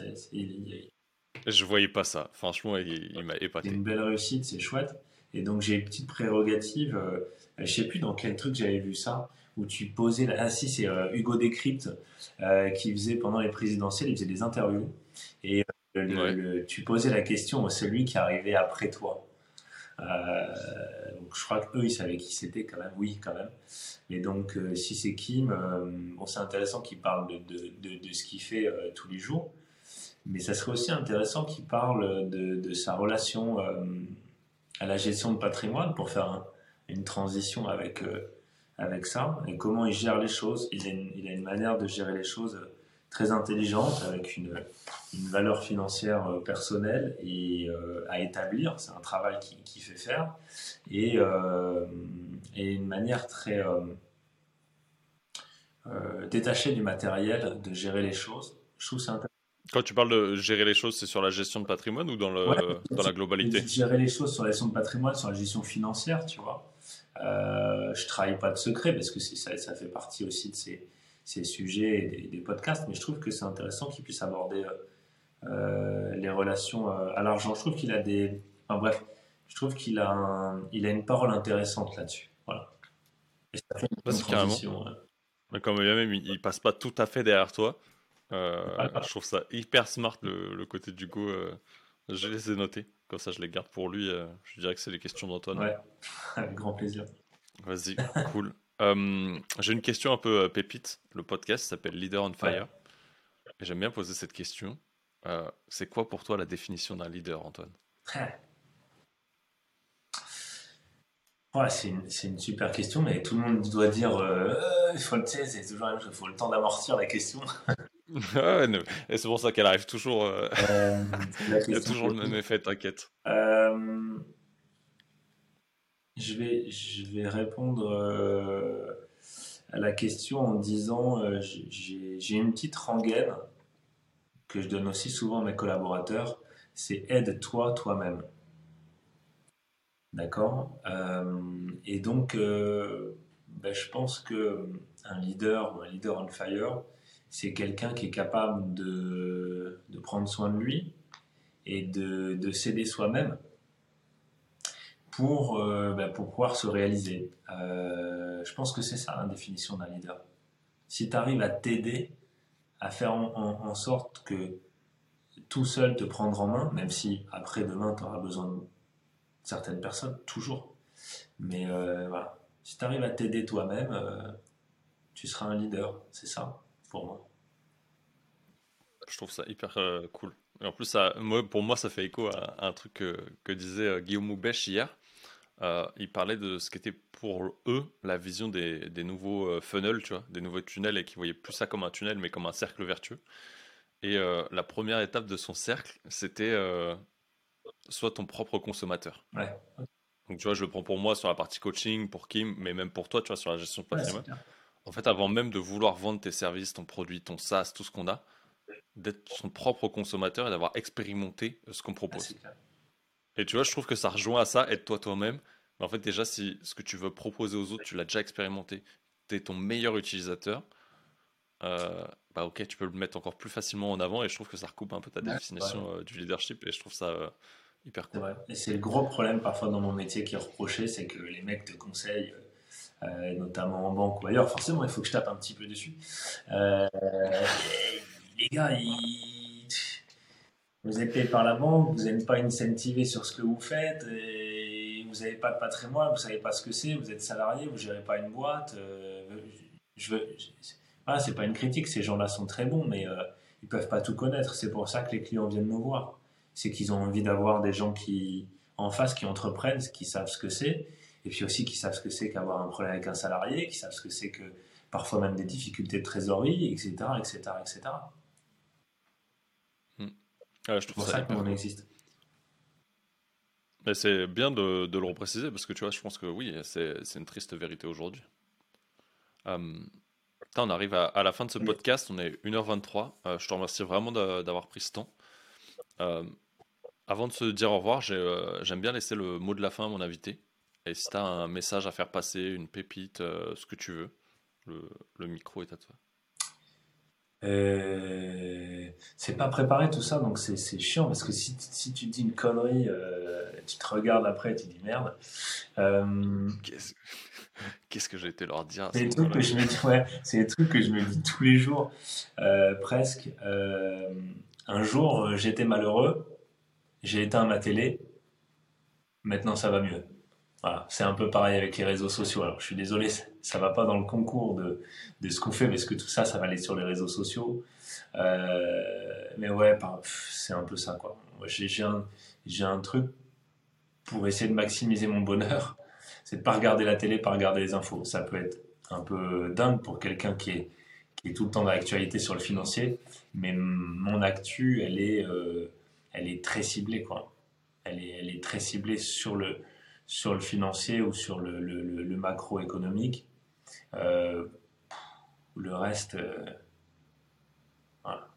A: Je voyais pas ça. Franchement, il m'a
B: c'est
A: épaté.
B: une belle réussite, c'est chouette. Et donc j'ai une petite prérogative, je sais plus dans quel truc j'avais vu ça, où tu posais, ah si c'est Hugo Décrypte qui faisait pendant les présidentielles, il faisait des interviews et
A: Ouais.
B: tu posais la question à celui qui arrivait après toi. Donc je crois qu'eux ils savaient qui c'était quand même, oui quand même. Et donc si c'est Kim, bon c'est intéressant qu'il parle de ce qu'il fait tous les jours. Mais ça serait aussi intéressant qu'il parle de sa relation à la gestion de patrimoine pour faire une transition avec, avec ça et comment il gère les choses. Il a une manière de gérer les choses très intelligente avec une valeur financière personnelle et à établir. C'est un travail qui fait faire et, euh, et une manière très détachée du matériel de gérer les choses. Je trouve ça intéressant.
A: Quand tu parles de gérer les choses, c'est sur la gestion de patrimoine ou
B: Ouais,
A: dans la globalité?
B: gérer les choses sur la gestion de patrimoine, sur la gestion financière, tu vois. Je travaille pas de secret parce que ça fait partie aussi de ces sujets et des podcasts, mais je trouve que c'est intéressant qu'il puisse aborder les relations à l'argent. Je trouve qu'il a des. Enfin bref, je trouve il a une parole intéressante là-dessus. Voilà. Et ça fait une bonne
A: Vas-y, carrément.
B: transition.
A: Mais comme il y a même, il passe pas tout à fait derrière toi.
B: Ouais,
A: Je trouve ça hyper smart le côté du go. Je les ai notés. Comme ça, je les garde pour lui. Je dirais que c'est les questions d'Antoine.
B: ouais, avec grand plaisir.
A: Vas-y, cool. J'ai une question un peu pépite. Le podcast s'appelle Leader on
B: Ouais.
A: Fire. Et j'aime bien poser cette question. C'est quoi pour toi la définition d'un leader, Antoine?
B: Ouais, c'est une super question, mais tout le monde doit dire, il faut le, tu sais, c'est toujours la même chose, il faut le temps d'amortir la question.
A: Ouais, non. Et c'est pour ça qu'elle arrive toujours.
B: C'est la
A: Il y a
B: question
A: toujours le même
B: technique.
A: effet, t'inquiète.
B: Euh, je vais répondre à la question en disant, j'ai une petite rengaine que je donne aussi souvent à mes collaborateurs, c'est aide-toi toi-même. D'accord. Et donc, ben, je pense que un leader ou un leader on fire, c'est quelqu'un qui est capable de prendre soin de lui et de s'aider soi-même ben, pour pouvoir se réaliser. Je pense que c'est ça la définition d'un leader. Si tu arrives à t'aider, à faire en sorte que tout seul te prendre en main, même si après demain tu auras besoin de certaines personnes, toujours. Mais voilà, si tu arrives à t'aider toi-même, tu seras un leader, c'est ça pour moi.
A: Je trouve ça hyper cool. Et en plus, pour moi, ça fait écho à un truc que disait Guillaume Moubèche hier. Il parlait de ce qu'était pour eux la vision des nouveaux funnels, tu vois, des nouveaux tunnels, et qui voyaient plus ça comme un tunnel, mais comme un cercle vertueux. Et la première étape de son cercle, c'était sois ton propre consommateur.
B: Ouais,
A: Donc, tu vois, je le prends pour moi sur la partie coaching, pour Kim, mais même pour toi, tu vois, sur la gestion de
B: ouais, c'est
A: patrimoine.
B: clair.
A: En fait, avant même de vouloir vendre tes services, ton produit, ton SaaS, tout ce qu'on a, d'être son propre consommateur et d'avoir expérimenté ce qu'on
B: Ouais, c'est
A: propose.
B: clair.
A: Et tu vois, je trouve que ça rejoint à ça, être toi toi-même. Mais en fait, déjà, si ce que tu veux proposer aux autres, tu l'as déjà expérimenté, tu es ton meilleur utilisateur, bah ok, tu peux le mettre encore plus facilement en avant et je trouve que ça recoupe un peu ta
B: Ouais, ouais,
A: définition du leadership et je trouve ça hyper
B: c'est
A: cool.
B: vrai. Et c'est le gros problème parfois dans mon métier qui est reproché, c'est que les mecs te conseillent, notamment en banque ou ailleurs, forcément il faut que je tape un petit peu dessus. Les gars, vous êtes payé par la banque, vous n'êtes pas incentivé sur ce que vous faites, et vous n'avez pas de patrimoine, vous ne savez pas ce que c'est, vous êtes salarié, vous ne gérez pas une boîte. Je veux, ah, c'est pas une critique, ces gens-là sont très bons, mais ils peuvent pas tout connaître. C'est pour ça que les clients viennent nous voir. C'est qu'ils ont envie d'avoir des gens qui, en face, qui entreprennent, qui savent ce que c'est, et puis aussi qui savent ce que c'est qu'avoir un problème avec un salarié, qui savent ce que c'est que parfois même des difficultés de trésorerie, etc., etc., etc.
A: Hmm. Ouais, je
B: C'est
A: trouve
B: pour
A: ça
B: ça que nous
A: hyper
B: on
A: cool.
B: existe.
A: Mais c'est bien de le repréciser parce que tu vois, je pense que oui, c'est une triste vérité aujourd'hui. Euh, Putain, on arrive à la fin de ce podcast, on est 1h23. Je te remercie vraiment d'avoir pris ce temps. Euh, Avant de se dire au revoir, j'aime bien laisser le mot de la fin à mon invité. Et si tu as un message à faire passer, une pépite, ce que tu veux, le, le micro est à toi.
B: C'est pas préparé tout ça, donc c'est chiant parce que si tu dis une connerie, tu te regardes après, tu dis merde. Euh,
A: Qu'est-ce qu'est-ce que j'ai été leur dire à
B: c'est
A: ce
B: des trucs que
A: moment-là?
B: je me dis, ouais, c'est des trucs que je me dis tous les jours, presque. Un jour, j'étais malheureux, j'ai éteint ma télé, maintenant ça va mieux. Voilà, c'est un peu pareil avec les réseaux sociaux. Alors, je suis désolé, ça va pas dans le concours de ce qu'on fait, parce que tout ça, ça va aller sur les réseaux sociaux. Mais ouais, c'est un peu ça, quoi. Moi, j'ai un truc pour essayer de maximiser mon bonheur. C'est de pas regarder la télé, pas regarder les infos. Ça peut être un peu dingue pour quelqu'un qui est tout le temps dans l'actualité sur le financier, mais mon actu, elle est très ciblée, quoi. Elle est très ciblée sur le financier ou sur le macroéconomique. Euh, le reste, voilà.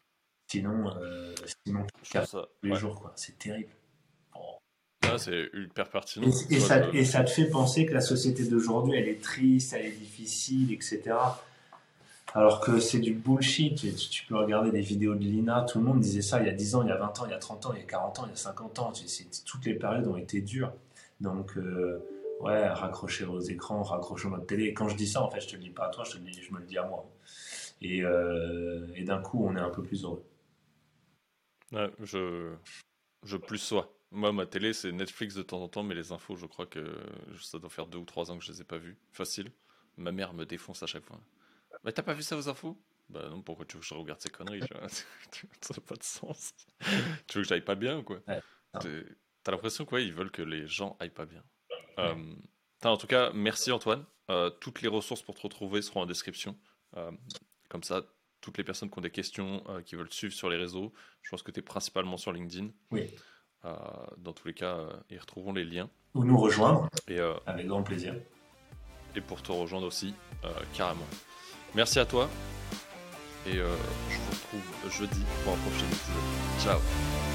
B: Sinon, tu
A: Je trouve
B: captes
A: ça.
B: tous les
A: Ouais.
B: jours, quoi. C'est terrible. Bon.
A: Ah, c'est hyper
B: Et,
A: pertinent. Tu vois,
B: et ça te fait penser que la société d'aujourd'hui, elle est triste, elle est difficile, etc. Alors que c'est du bullshit. Tu peux regarder des vidéos de Lina, tout le monde disait ça il y a 10 ans, il y a 20 ans, il y a 30 ans, il y a 40 ans, il y a 50 ans. Toutes les périodes ont été dures. Donc, ouais, raccrocher aux écrans, raccrocher notre télé. Et quand je dis ça, en fait, je te le dis pas à toi, je me le dis à moi. Et d'un coup, on est un peu plus heureux.
A: ouais, je plus sois. Moi, ma télé, c'est Netflix de temps en temps, mais les infos, je crois que ça doit faire 2 ou 3 ans que je les ai pas vues. Facile. Ma mère me défonce à chaque fois. Mais t'as pas vu ça aux infos? Bah non, pourquoi tu veux que je regarde ces conneries, tu vois? Ça n'a pas de sens. Tu veux que j'aille pas bien ou quoi?
B: Ouais,
A: T'es- T'as l'impression quoi, ils veulent que les gens aillent pas bien.
B: ouais.
A: Euh, en tout cas, merci Antoine. Toutes les ressources pour te retrouver seront en description. Euh, Comme ça, toutes les personnes qui ont des questions, qui veulent te suivre sur les réseaux, je pense que tu es principalement sur LinkedIn.
B: Oui.
A: Euh, dans tous les cas, ils retrouveront les liens.
B: Ou nous rejoindre,
A: Et,
B: avec grand plaisir.
A: et pour te rejoindre aussi, carrément. Merci à toi. Et je vous retrouve jeudi pour un prochain épisode. Ciao.